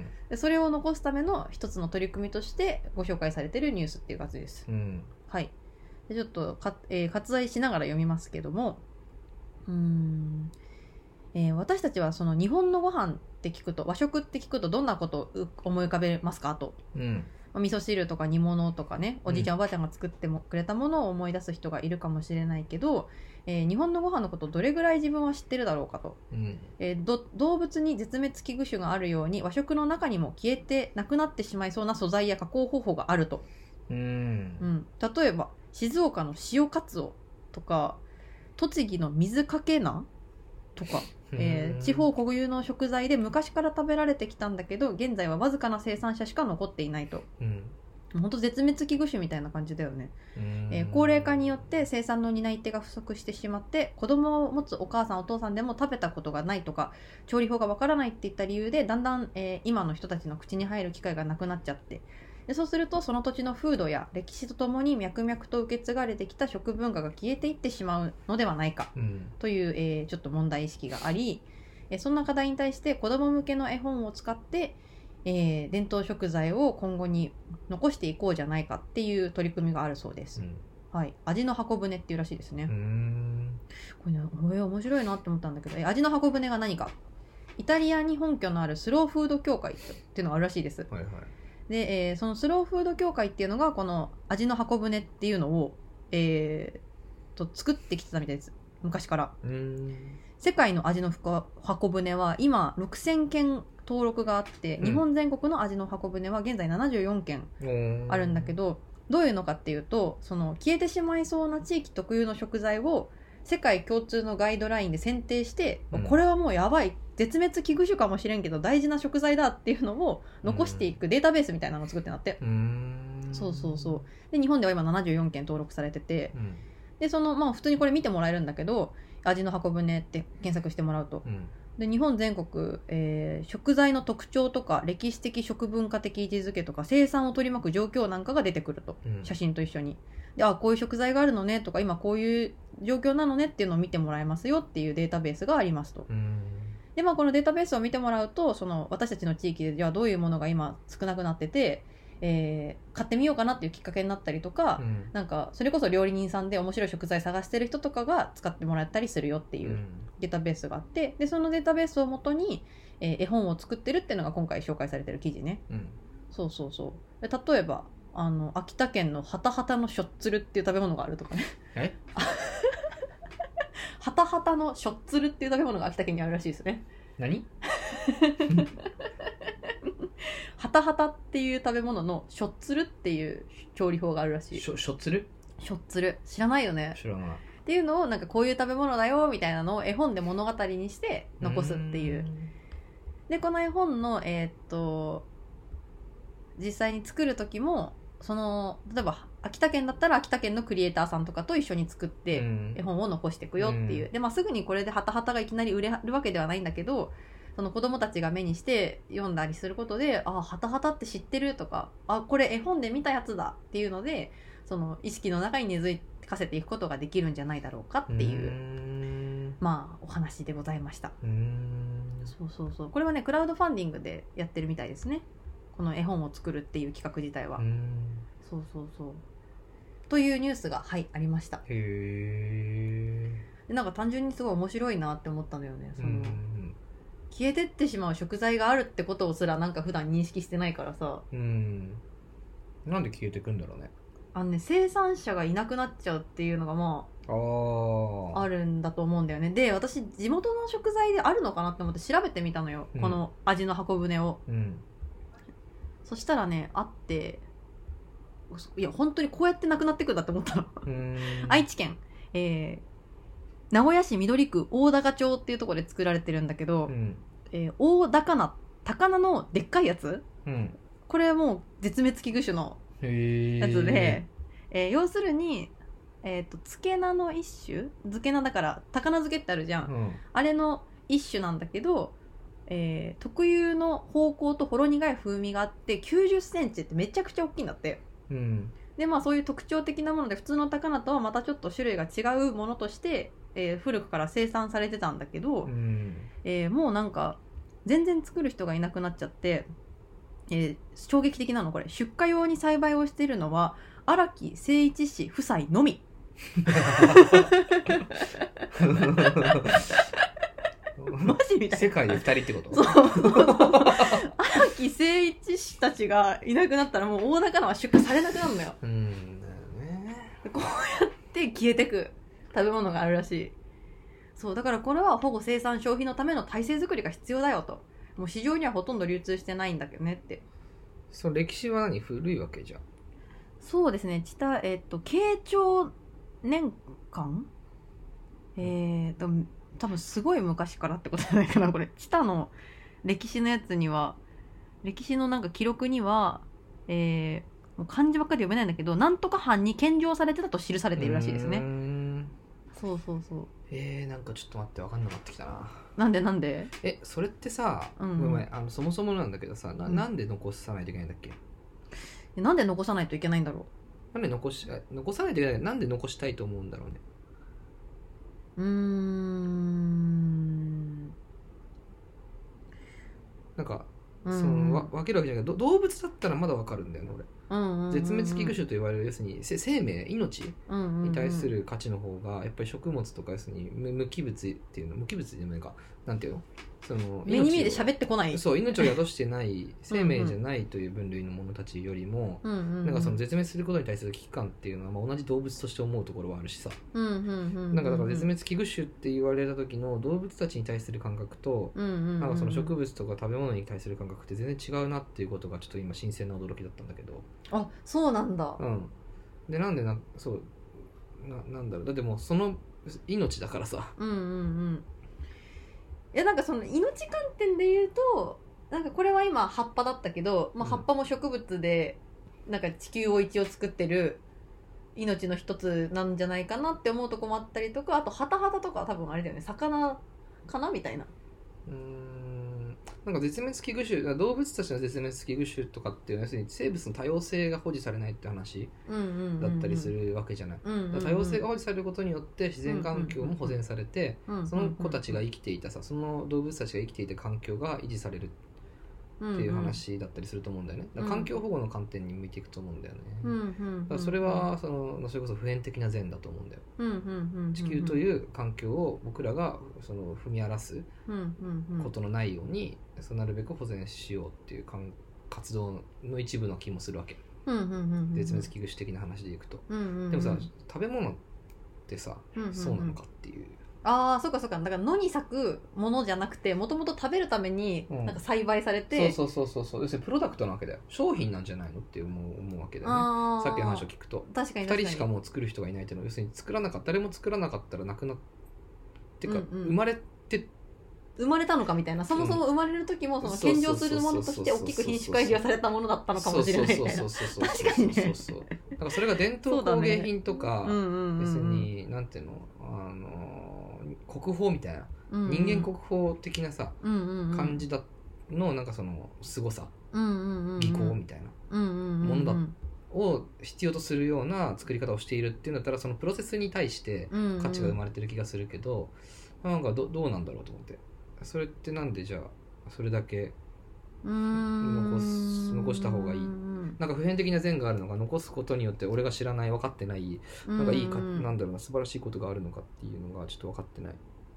でそれを残すための一つの取り組みとしてご紹介されているニュースっていう感じです。はい。でちょっと割愛しながら読みますけども、私たちはその日本のご飯って聞くと、和食って聞くとどんなことを思い浮かべますかと。 味噌汁とか煮物とかね、おじいちゃんおばあちゃんが作ってもくれたものを思い出す人がいるかもしれないけど、日本のご飯のことをどれぐらい自分は知ってるだろうかと、動物に絶滅危惧種があるように和食の中にも消えてなくなってしまいそうな素材や加工方法があると、例えば静岡の塩カツオとか栃木の水かけ菜とか、地方固有の食材で昔から食べられてきたんだけど現在はわずかな生産者しか残っていないと、本当絶滅危惧種みたいな感じだよね。高齢化によって生産の担い手が不足してしまって子供を持つお母さんお父さんでも食べたことがないとか調理法がわからないっていった理由でだんだん、今の人たちの口に入る機会がなくなっちゃって、でそうするとその土地の風土や歴史とともに脈々と受け継がれてきた食文化が消えていってしまうのではないかという、ちょっと問題意識があり、そんな課題に対して子ども向けの絵本を使って、伝統食材を今後に残していこうじゃないかっていう取り組みがあるそうです、はい、味の箱舟っていうらしいですね。これね、面白いなって思ったんだけど、味の箱舟が何か、イタリアに本拠のあるスローフード協会っていうのがあるらしいです、はいはい。で、そのスローフード協会っていうのがこの味の箱舟っていうのを、作ってきてたみたいです、昔から。世界の味の箱舟は今6000件登録があって、日本全国の味の箱舟は現在74件あるんだけど、どういうのかっていうと、その消えてしまいそうな地域特有の食材を世界共通のガイドラインで選定して、これはもうやばい絶滅危惧種かもしれんけど大事な食材だっていうのを残していくデータベースみたいなのを作ってなって、そうで日本では今74件登録されてて、でその普通にこれ見てもらえるんだけど、味の箱舟って検索してもらうと、で日本全国、食材の特徴とか歴史的食文化的位置づけとか生産を取り巻く状況なんかが出てくると、写真と一緒に。でこういう食材があるのねとか今こういう状況なのねっていうのを見てもらえますよっていうデータベースがありますと。でこのデータベースを見てもらうと、その私たちの地域でじゃあどういうものが今少なくなってて、買ってみようかなっていうきっかけになったりとか、なんかそれこそ料理人さんで面白い食材探してる人とかが使ってもらったりするよっていうデータベースがあって、でそのデータベースをもとに、絵本を作ってるっていうのが今回紹介されてる記事ね、そうで例えば秋田県のハタハタのしょっつるっていう食べ物があるとかねハタハタのしょっつるっていう食べ物が秋田県にあるらしいですね。 何ハタハタっていう食べ物のしょっつるっていう調理法があるらしい。 しょっつる知らないよね。 知らない。 っていうのをなんかこういう食べ物だよみたいなのを絵本で物語にして残すっていう。でこの絵本の実際に作る時もその例えば秋田県だったら秋田県のクリエイターさんとかと一緒に作って絵本を残していくよっていう、ですぐにこれでハタハタがいきなり売れるわけではないんだけど、その子供たちが目にして読んだりすることで、ハタハタって知ってるとか、これ絵本で見たやつだっていうので、その意識の中に根付かせていくことができるんじゃないだろうかっていうお話でございました。そうこれはねクラウドファンディングでやってるみたいですね、この絵本を作るっていう企画自体は。そうというニュースがありました。でなんか単純にすごい面白いなって思ったのよね。その消えてってしまう食材があるってことをすらなんか普段認識してないからさ。 なんで消えてくんだろうね。 生産者がいなくなっちゃうっていうのがあるんだと思うんだよね。で私地元の食材であるのかなって思って調べてみたのよ、この味の箱舟を。そしたらねあって、いや本当にこうやってなくなってくんだって思ったの愛知県、名古屋市緑区大高町っていうところで作られてるんだけど、大高菜、高菜のでっかいやつ、これはもう絶滅危惧種のやつで、要するに、漬け菜の一種、漬け菜だから高菜漬けってあるじゃん、あれの一種なんだけど、特有の芳香とほろ苦い風味があって90センチってめちゃくちゃ大きいんだって。でそういう特徴的なもので普通の高菜とはまたちょっと種類が違うものとして、古くから生産されてたんだけど、もうなんか全然作る人がいなくなっちゃって、衝撃的なのこれ、出荷用に栽培をしているのは荒木誠一氏夫妻のみマジみたいな。 世界で2人ってこと？ そう荒木誠一師たちがいなくなったらもう大仲は出荷されなくなるのよ。 だよね。 こうやって消えてく食べ物があるらしい。そうだからこれは保護生産消費のための体制作りが必要だよと。もう市場にはほとんど流通してないんだけどねって。 その歴史は古いわけじゃん。 そうですね。慶長年間多分すごい昔からってことじゃないかなこれ。知多の歴史のやつには、歴史のなんか記録には、もう漢字ばっかり読めないんだけど、なんとか藩に献上されてたと記されているらしいですね。そうそうそう。 なんかちょっと待って、分かんなくなってきたな。 なんでそれってさ、ごめん、そもそもなんだけどさ、なんで残さないといけないんだっけ？ なんで残さないといけないんだろう。なんで残さないといけない。なんで残したいと思うんだろうね。なんかその分けるわけじゃないけど、動物だったらまだ分かるんだよね俺。絶滅危惧種と言われる要するに生命命に対する価値の方がやっぱり食物とか要するに無機物っていうの、無機物でもないか、なんていうの、その目に見えて喋ってこない、 そう命を宿してない生命じゃないという分類のものたちよりもなんかその絶滅することに対する危機感っていうのは、まあ、同じ動物として思うところはあるしさ、なんかだから絶滅危惧種って言われた時の動物たちに対する感覚となんかその植物とか食べ物に対する感覚って全然違うなっていうことがちょっと今新鮮な驚きだったんだけど。 あ、そうなんだ。 でなんでそうなんだろう、だってもうその命だからさ。 いやなんかその命観点で言うと、なんかこれは今葉っぱだったけど、まあ、葉っぱも植物でなんか地球を一応作ってる命の一つなんじゃないかなって思うとこもあったりとか、あとハタハタとかは多分あれだよね、魚かなみたいな。 なんか絶滅危惧種、動物たちの絶滅危惧種とかっていうのは要するに生物の多様性が保持されないって話だったりするわけじゃない。多様性が保持されることによって自然環境も保全されて、その子たちが生きていたさ、その動物たちが生きていた環境が維持されるっていう話だったりすると思うんだよね。だから環境保護の観点に向いていくと思うんだよね。だからそれはそれこそ普遍的な善だと思うんだよ。地球という環境を僕らがその踏み荒らすことのないようになるべく保全しようっていう活動の一部の気もするわけ。絶滅危惧種的な話でいくと。でもさ、食べ物ってさ、そうなのかっていう。 ああ、そうかそうか。だから野に咲くものじゃなくて、もともと食べるためになんか栽培されて、 そう要するにプロダクトなわけだよ。商品なんじゃないのって思うわけだよね。さっきの話を聞くと、 確かに 2人しかもう作る人がいないっていうのは、要するに誰も作らなかったらなくなってか、生まれたのかみたいな、そもそも生まれる時もその献上するものとして大きく品種改良されたものだったのかもしれないみたいな。確かにね。 だからそれが伝統工芸品とか、要するになんていうの、国宝みたいな、人間国宝的なさ、感じだのなんかその凄さ、技巧みたいなものだを必要とするような作り方をしているっていうんだったら、そのプロセスに対して価値が生まれてる気がするけど、なんかどうなんだろうと思って。それってなんでじゃあそれだけ残した方がいい、なんか普遍的な善があるのか、残すことによって俺が知らない分かってないなんかいいか、なんだろうな、素晴らしいことがあるのかっていうのがちょっと分かってない。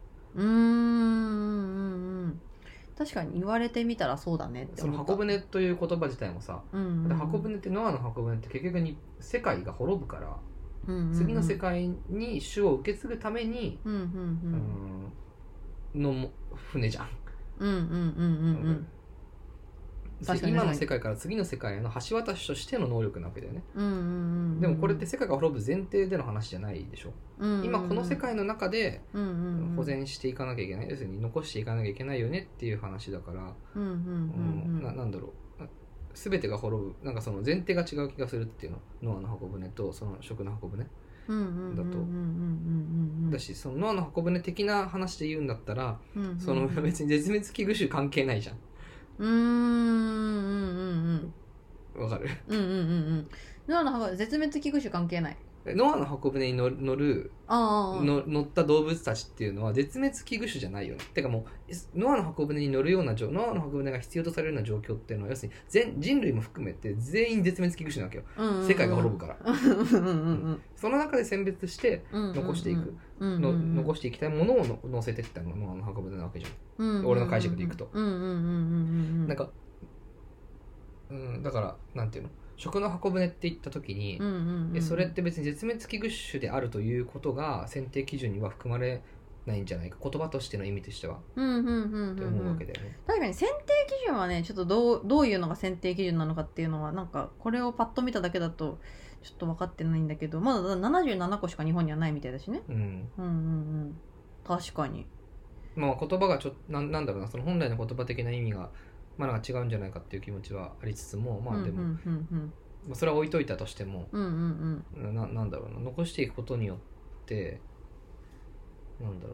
確かに言われてみたらそうだねって思った。 その箱舟という言葉自体もさ、箱舟ってノアの箱舟って結局に世界が滅ぶから、次の世界に種を受け継ぐためにの船じゃん。今の世界から次の世界への橋渡しとしての能力なわけだよね。でもこれって世界が滅ぶ前提での話じゃないでしょ。今この世界の中で保全していかなきゃいけない、要するに残していかなきゃいけないよねっていう話だから、なんだろう、全てが滅ぶ、なんかその前提が違う気がするっていうの、ノアの箱舟とその食の箱舟だと。だし、そのノアの箱舟的な話で言うんだったら、その別に絶滅危惧種関係ないじゃん。わかる。 ノアの箱舟絶滅危惧種関係ない。 ノアの箱舟に乗った動物たちっていうのは絶滅危惧種じゃないよね。てかもうノアの箱舟に乗るようなノアの箱舟が必要とされるような状況っていうのは要するに人類も含めて全員絶滅危惧種なわけよ。世界が滅ぶから。その中で選別して残していく、残していきたいものを乗せていったのがノアの箱舟なわけじゃん。俺の解釈でいくと。なんかだからなんていうの、食の箱舟って言った時に、 うんうんうんうん、 それって別に絶滅危惧種であるということが選定基準には含まれないんじゃないか、言葉としての意味としては、 うんうんうんって思うわけだよね。 確かに選定基準はねちょっとどういうのが選定基準なのかっていうのはなんかこれをパッと見ただけだとちょっと分かってないんだけど、まだ77個しか日本にはないみたいだしね。 うんうんうんうん確かに。 まあ言葉がなんだろうな、その本来の言葉的な意味がまあなんか違うんじゃないかっていう気持ちはありつつも、まあでも、 うんうんうんまあそれは置いといたとしても、 うんうんうんなんだろうな、残していくことによってなんだろう、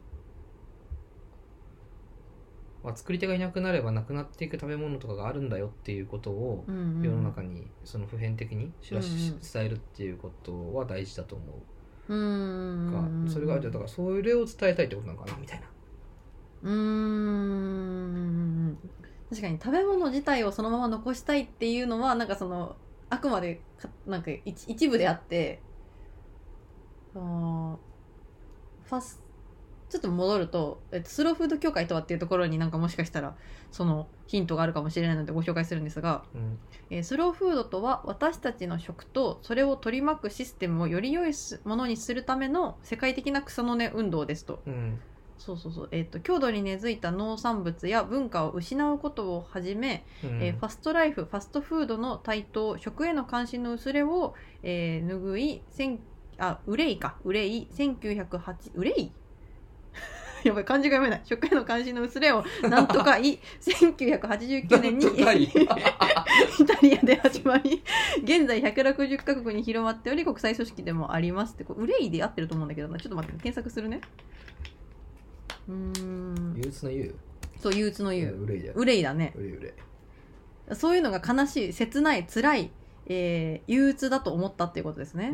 まあ、作り手がいなくなればなくなっていく食べ物とかがあるんだよっていうことをうんうん世の中にその普遍的にうんうん伝えるっていうことは大事だと思うんうんうが、 うんそれがだからそれを伝えたいってことなのかなみたいな。 確かに食べ物自体をそのまま残したいっていうのはなんかそのあくまでなんか一部であって、ファスちょっと戻ると、スローフード協会とはっていうところになんかもしかしたらそのヒントがあるかもしれないのでご紹介するんですが、スローフードとは私たちの食とそれを取り巻くシステムをより良いものにするための世界的な草の根運動ですと。そうそうそう、郷土に根付いた農産物や文化を失うことをはじめ、ファストライフ、ファストフードの台頭、食への関心の薄れを、拭い、憂い1908憂いやばい漢字が読めない。食への関心の薄れをなんとかい1989年にイタリアで始まり現在160カ国に広まっており国際組織でもありますって、これ憂いで合ってると思うんだけどな、ちょっと待って検索するね。 憂鬱の憂、 そう憂鬱の憂、憂いだね。 憂い、 そういうのが悲しい、切ない、辛い、憂鬱だと思ったっていうことですね。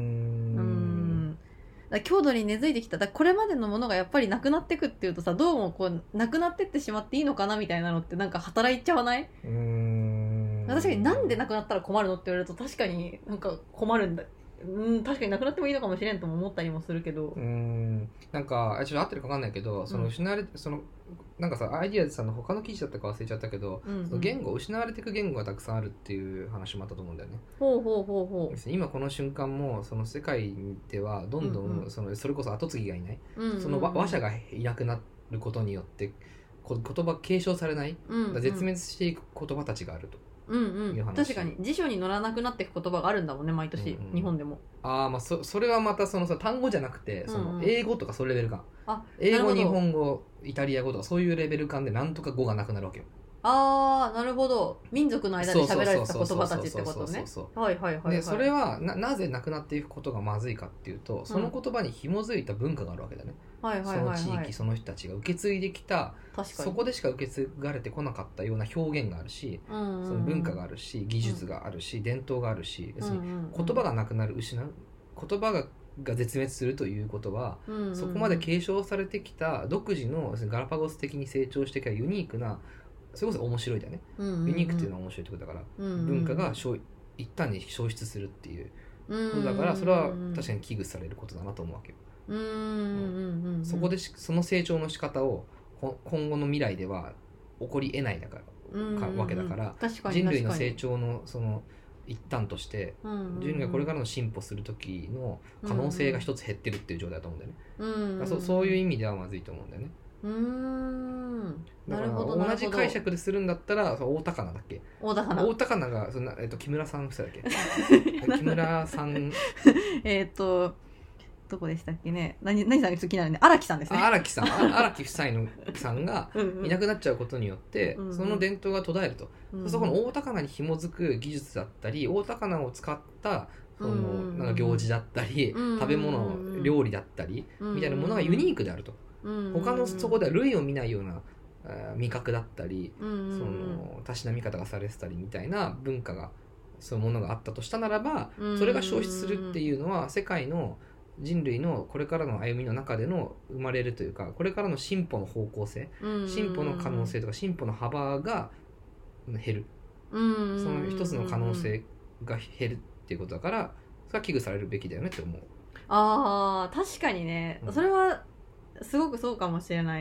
郷土に根付いてきた。だこれまでのものがやっぱりなくなってくっていうとさ、どうもこうなくなってってしまっていいのかなみたいなのってなんか働いちゃわない？確かになんでなくなったら困るのって言われると確かになんか困るんだ。確かになくなってもいいのかもしれんとも思ったりもするけど、 なんかちょっと合ってるか分かんないけど、その失われてそのなんかさアイディアでさの他の記事だったか忘れちゃったけど、その言語失われていく言語がたくさんあるっていう話もあったと思うんだよね。今この瞬間もその世界ではどんどんそれこそ後継ぎがいない、その話者がいなくなることによって言葉継承されない、絶滅していく言葉たちがあると。 確かに辞書に載らなくなっていく言葉があるんだもんね毎年、日本でも。 まあそれはまたそのさ単語じゃなくてその英語とかそういうレベル感、英語日本語イタリア語とかそういうレベル感でなんとか語がなくなるわけよ。 なるほど。民族の間で喋られてた言葉たちってことね。でそれはなぜなくなっていくことがまずいかっていうと、その言葉に紐づいた文化があるわけだね。その地域その人たちが受け継いできた、そこでしか受け継がれてこなかったような表現があるし、その文化があるし技術があるし、伝統があるし、要するに言葉がなくなる、失う言葉が絶滅するということは、そこまで継承されてきた独自のガラパゴス的に成長してきたユニークな、それこそ面白いだね、ユニークっていうのは面白いってことだから、文化が一旦に消失するっていうことだから、それは確かに危惧されることだなと思うわけよ。そこでその成長の仕方を今後の未来では起こり得ないわけだから、人類の成長のその一端として人類がこれからの進歩する時の可能性が一つ減ってるっていう状態だと思うんだよね。そういう意味ではまずいと思うんだよね。だから同じ解釈でするんだったら大高菜だっけ、大高菜が木村さん夫妻だっけ木村さんどこでしたっけね、何さんが好きなのね、荒木さんですね。 荒木夫妻のさんがいなくなっちゃうことによってその伝統が途絶えると、そこの大高菜に紐づく技術だったり、大高菜を使ったそのなんか行事だったり、食べ物料理だったりみたいなものがユニークであると、他のそこでは類を見ないような味覚だったり、そのたしなみ方がされてたりみたいな文化が、そういうものがあったとしたならば、それが消失するっていうのは世界の人類のこれからの歩みの中での生まれるというか、これからの進歩の方向性、進歩の可能性とか進歩の幅が減る、その一つの可能性が減るっていうことだから、それは危惧されるべきだよねって思う。 確かにね、それはすごくそうかもしれない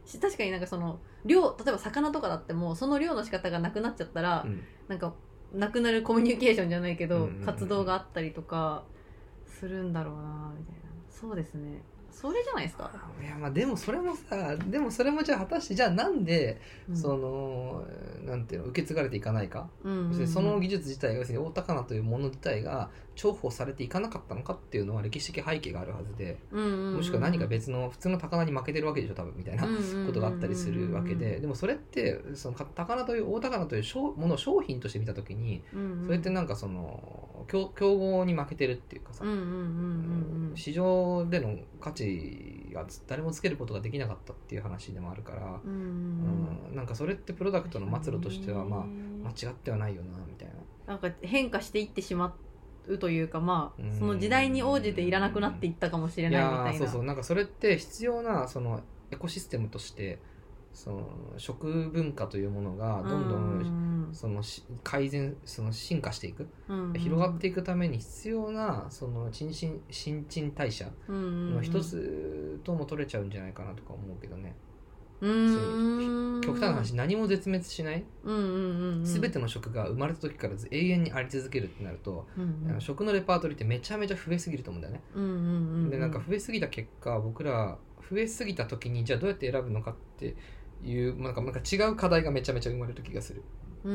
確かになんかその漁、例えば魚とかだってもその漁の仕方がなくなっちゃったら、なんかなくなるコミュニケーションじゃないけど、活動があったりとかするんだろうなみたいな。そうですね、それじゃないですか。 いやまあでもそれもじゃあ果たしてじゃあなんで、そのなんていうの受け継がれていかないか、その技術自体が要するに大高菜というもの自体が重宝されていかなかったのかっていうのは歴史的背景があるはずで、もしくは何か別の普通の高菜に負けてるわけでしょ多分みたいなことがあったりするわけで、でもそれってその高菜という大高菜というものを商品として見たときに、それってなんかその競合に負けてるっていうかさ、市場での価値が誰もつけることができなかったっていう話でもあるから、なんかそれってプロダクトの末路としてはまあ間違ってはないよなみたいな。 なんか変化していってしまうというか、まあその時代に応じていらなくなっていったかもしれないみたいな。 そうそう、なんかそれって必要なそのエコシステムとしてその食文化というものがどんどんその改善、その進化していく、広がっていくために必要なその新陳代謝の一つとも取れちゃうんじゃないかなとか思うけどね。極端な話、何も絶滅しない、全ての食が生まれた時から永遠にあり続けるってなると、食のレパートリーってめちゃめちゃ増えすぎると思うんだよね。でなんか増えすぎた結果、僕ら増えすぎた時にじゃあどうやって選ぶのかっていうなんか違う課題がめちゃめちゃ生まれる気がする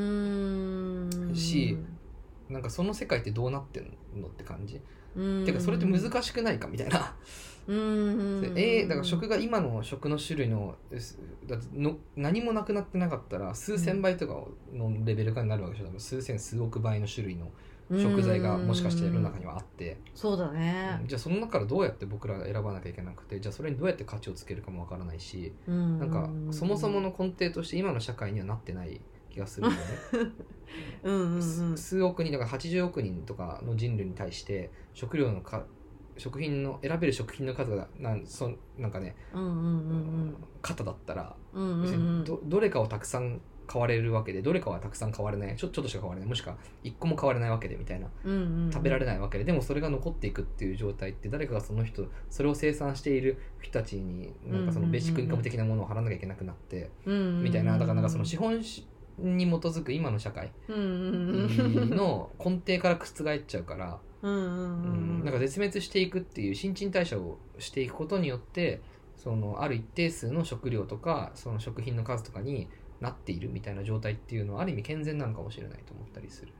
し、なんかその世界ってどうなってんのって感じ。てかそれって難しくないかみたいな。だから食が今の食の種類のだって何もなくなってなかったら数千倍とかのレベル化になるわけでしょ。多分数千数億倍の種類の食材がもしかして世の中にはあって、 そうだね、 じゃあその中からどうやって僕らが選ばなきゃいけなくて、じゃあそれにどうやって価値をつけるかもわからないし、なんかそもそもの根底として今の社会にはなってない気がするんだよね。数億人だから80億人とかの人類に対して食品の選べる食品の数がなんかね、肩だったら、どれかをたくさん買われるわけで、どれかはたくさん買われない、ちょっとしか買われない、もしくは1個も買われないわけでみたいな、食べられないわけで、でもそれが残っていくっていう状態って、誰かがそれを生産している人たちになんかそのベーシックインカム的なものを払わなきゃいけなくなって、みたいな。だからなんかその資本主に基づく今の社会の根底から覆っちゃうから、なんか絶滅していくっていう新陳代謝をしていくことによって、そのある一定数の食料とかその食品の数とかになっているみたいな状態っていうのはある意味健全なのかもしれないと思ったりする。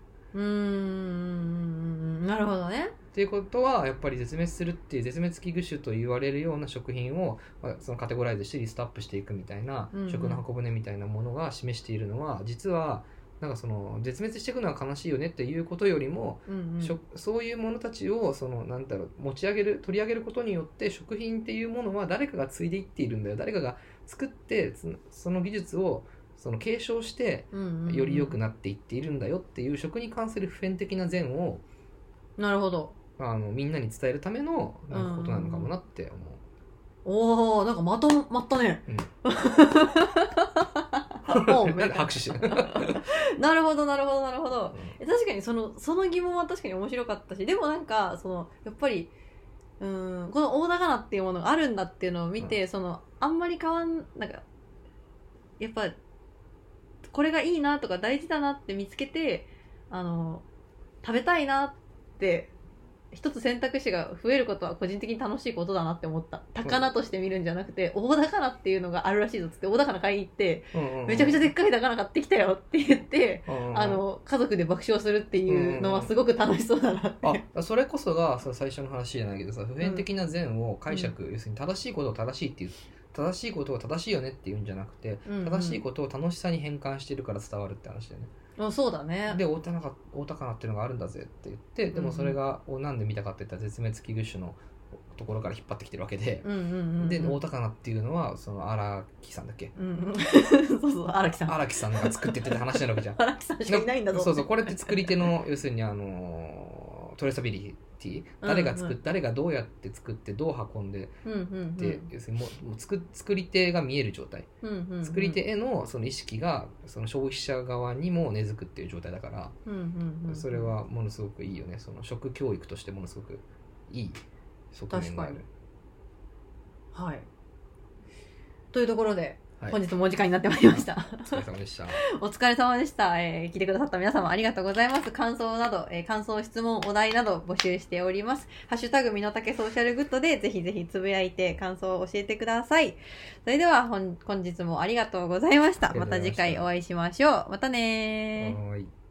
なるほどね。 っていうことはやっぱり絶滅するっていう絶滅危惧種と言われるような食品を、そのカテゴライズしてリストアップしていくみたいな、食の箱舟みたいなものが示しているのは、実はなんかその絶滅していくのは悲しいよねっていうことよりも、そういうものたちをなんだろう、取り上げることによって、食品っていうものは誰かが継いでいっているんだよ、誰かが作ってその技術を継承してより良くなっていっているんだよっていう食に関する普遍的な善を、 なるほど、 みんなに伝えるためのなんかことなのかもなって思う。おー、なんかまったね。 なんで拍手してるなるほど。確かにその疑問は確かに面白かったし、でもなんかやっぱりこの大高菜っていうものがあるんだっていうのを見て、あんまりなんかやっぱこれがいいなとか大事だなって見つけて食べたいなって一つ選択肢が増えることは個人的に楽しいことだなって思った。高菜として見るんじゃなくて、大高菜っていうのがあるらしいぞっつって大高菜買いに行って、めちゃくちゃでっかい高菜買ってきたよって言って、家族で爆笑するっていうのはすごく楽しそうだなって、 それこそが最初の話じゃないけどさ、普遍的な善を解釈、要するに正しいことを正しいっていう、正しいことを正しいよねっていうんじゃなくて、正しいことを楽しさに変換してるから伝わるって話だよね。 そうだね。で大高菜っていうのがあるんだぜって言って、でもそれがなんで見たかって言ったら絶滅危惧種のところから引っ張ってきてるわけで、で大高菜っていうのは荒木さんだっけ、 そう荒木さんが作ってって話になるわけじゃん。 荒木さんしかいないんだぞ。 そうこれって作り手の要するにトレーサビリティ、誰がどうやって作ってどう運んで、要するにもう作り手が見える状態、作り手へのその意識が消費者側にも根付くっていう状態だから、それはものすごくいいよね。食教育としてものすごくいい側面がある。 はい。というところではい、 本日もお時間になってまいりました。 お疲れ様でした。 お疲れ様でした。聞いてくださった皆様ありがとうございます。感想など、感想、質問、お題など募集しております。ハッシュタグみのたけソーシャルグッドでぜひぜひつぶやいて感想を教えてください。それでは本日もありがとうございました。また次回お会いしましょう。またねー。 はーい。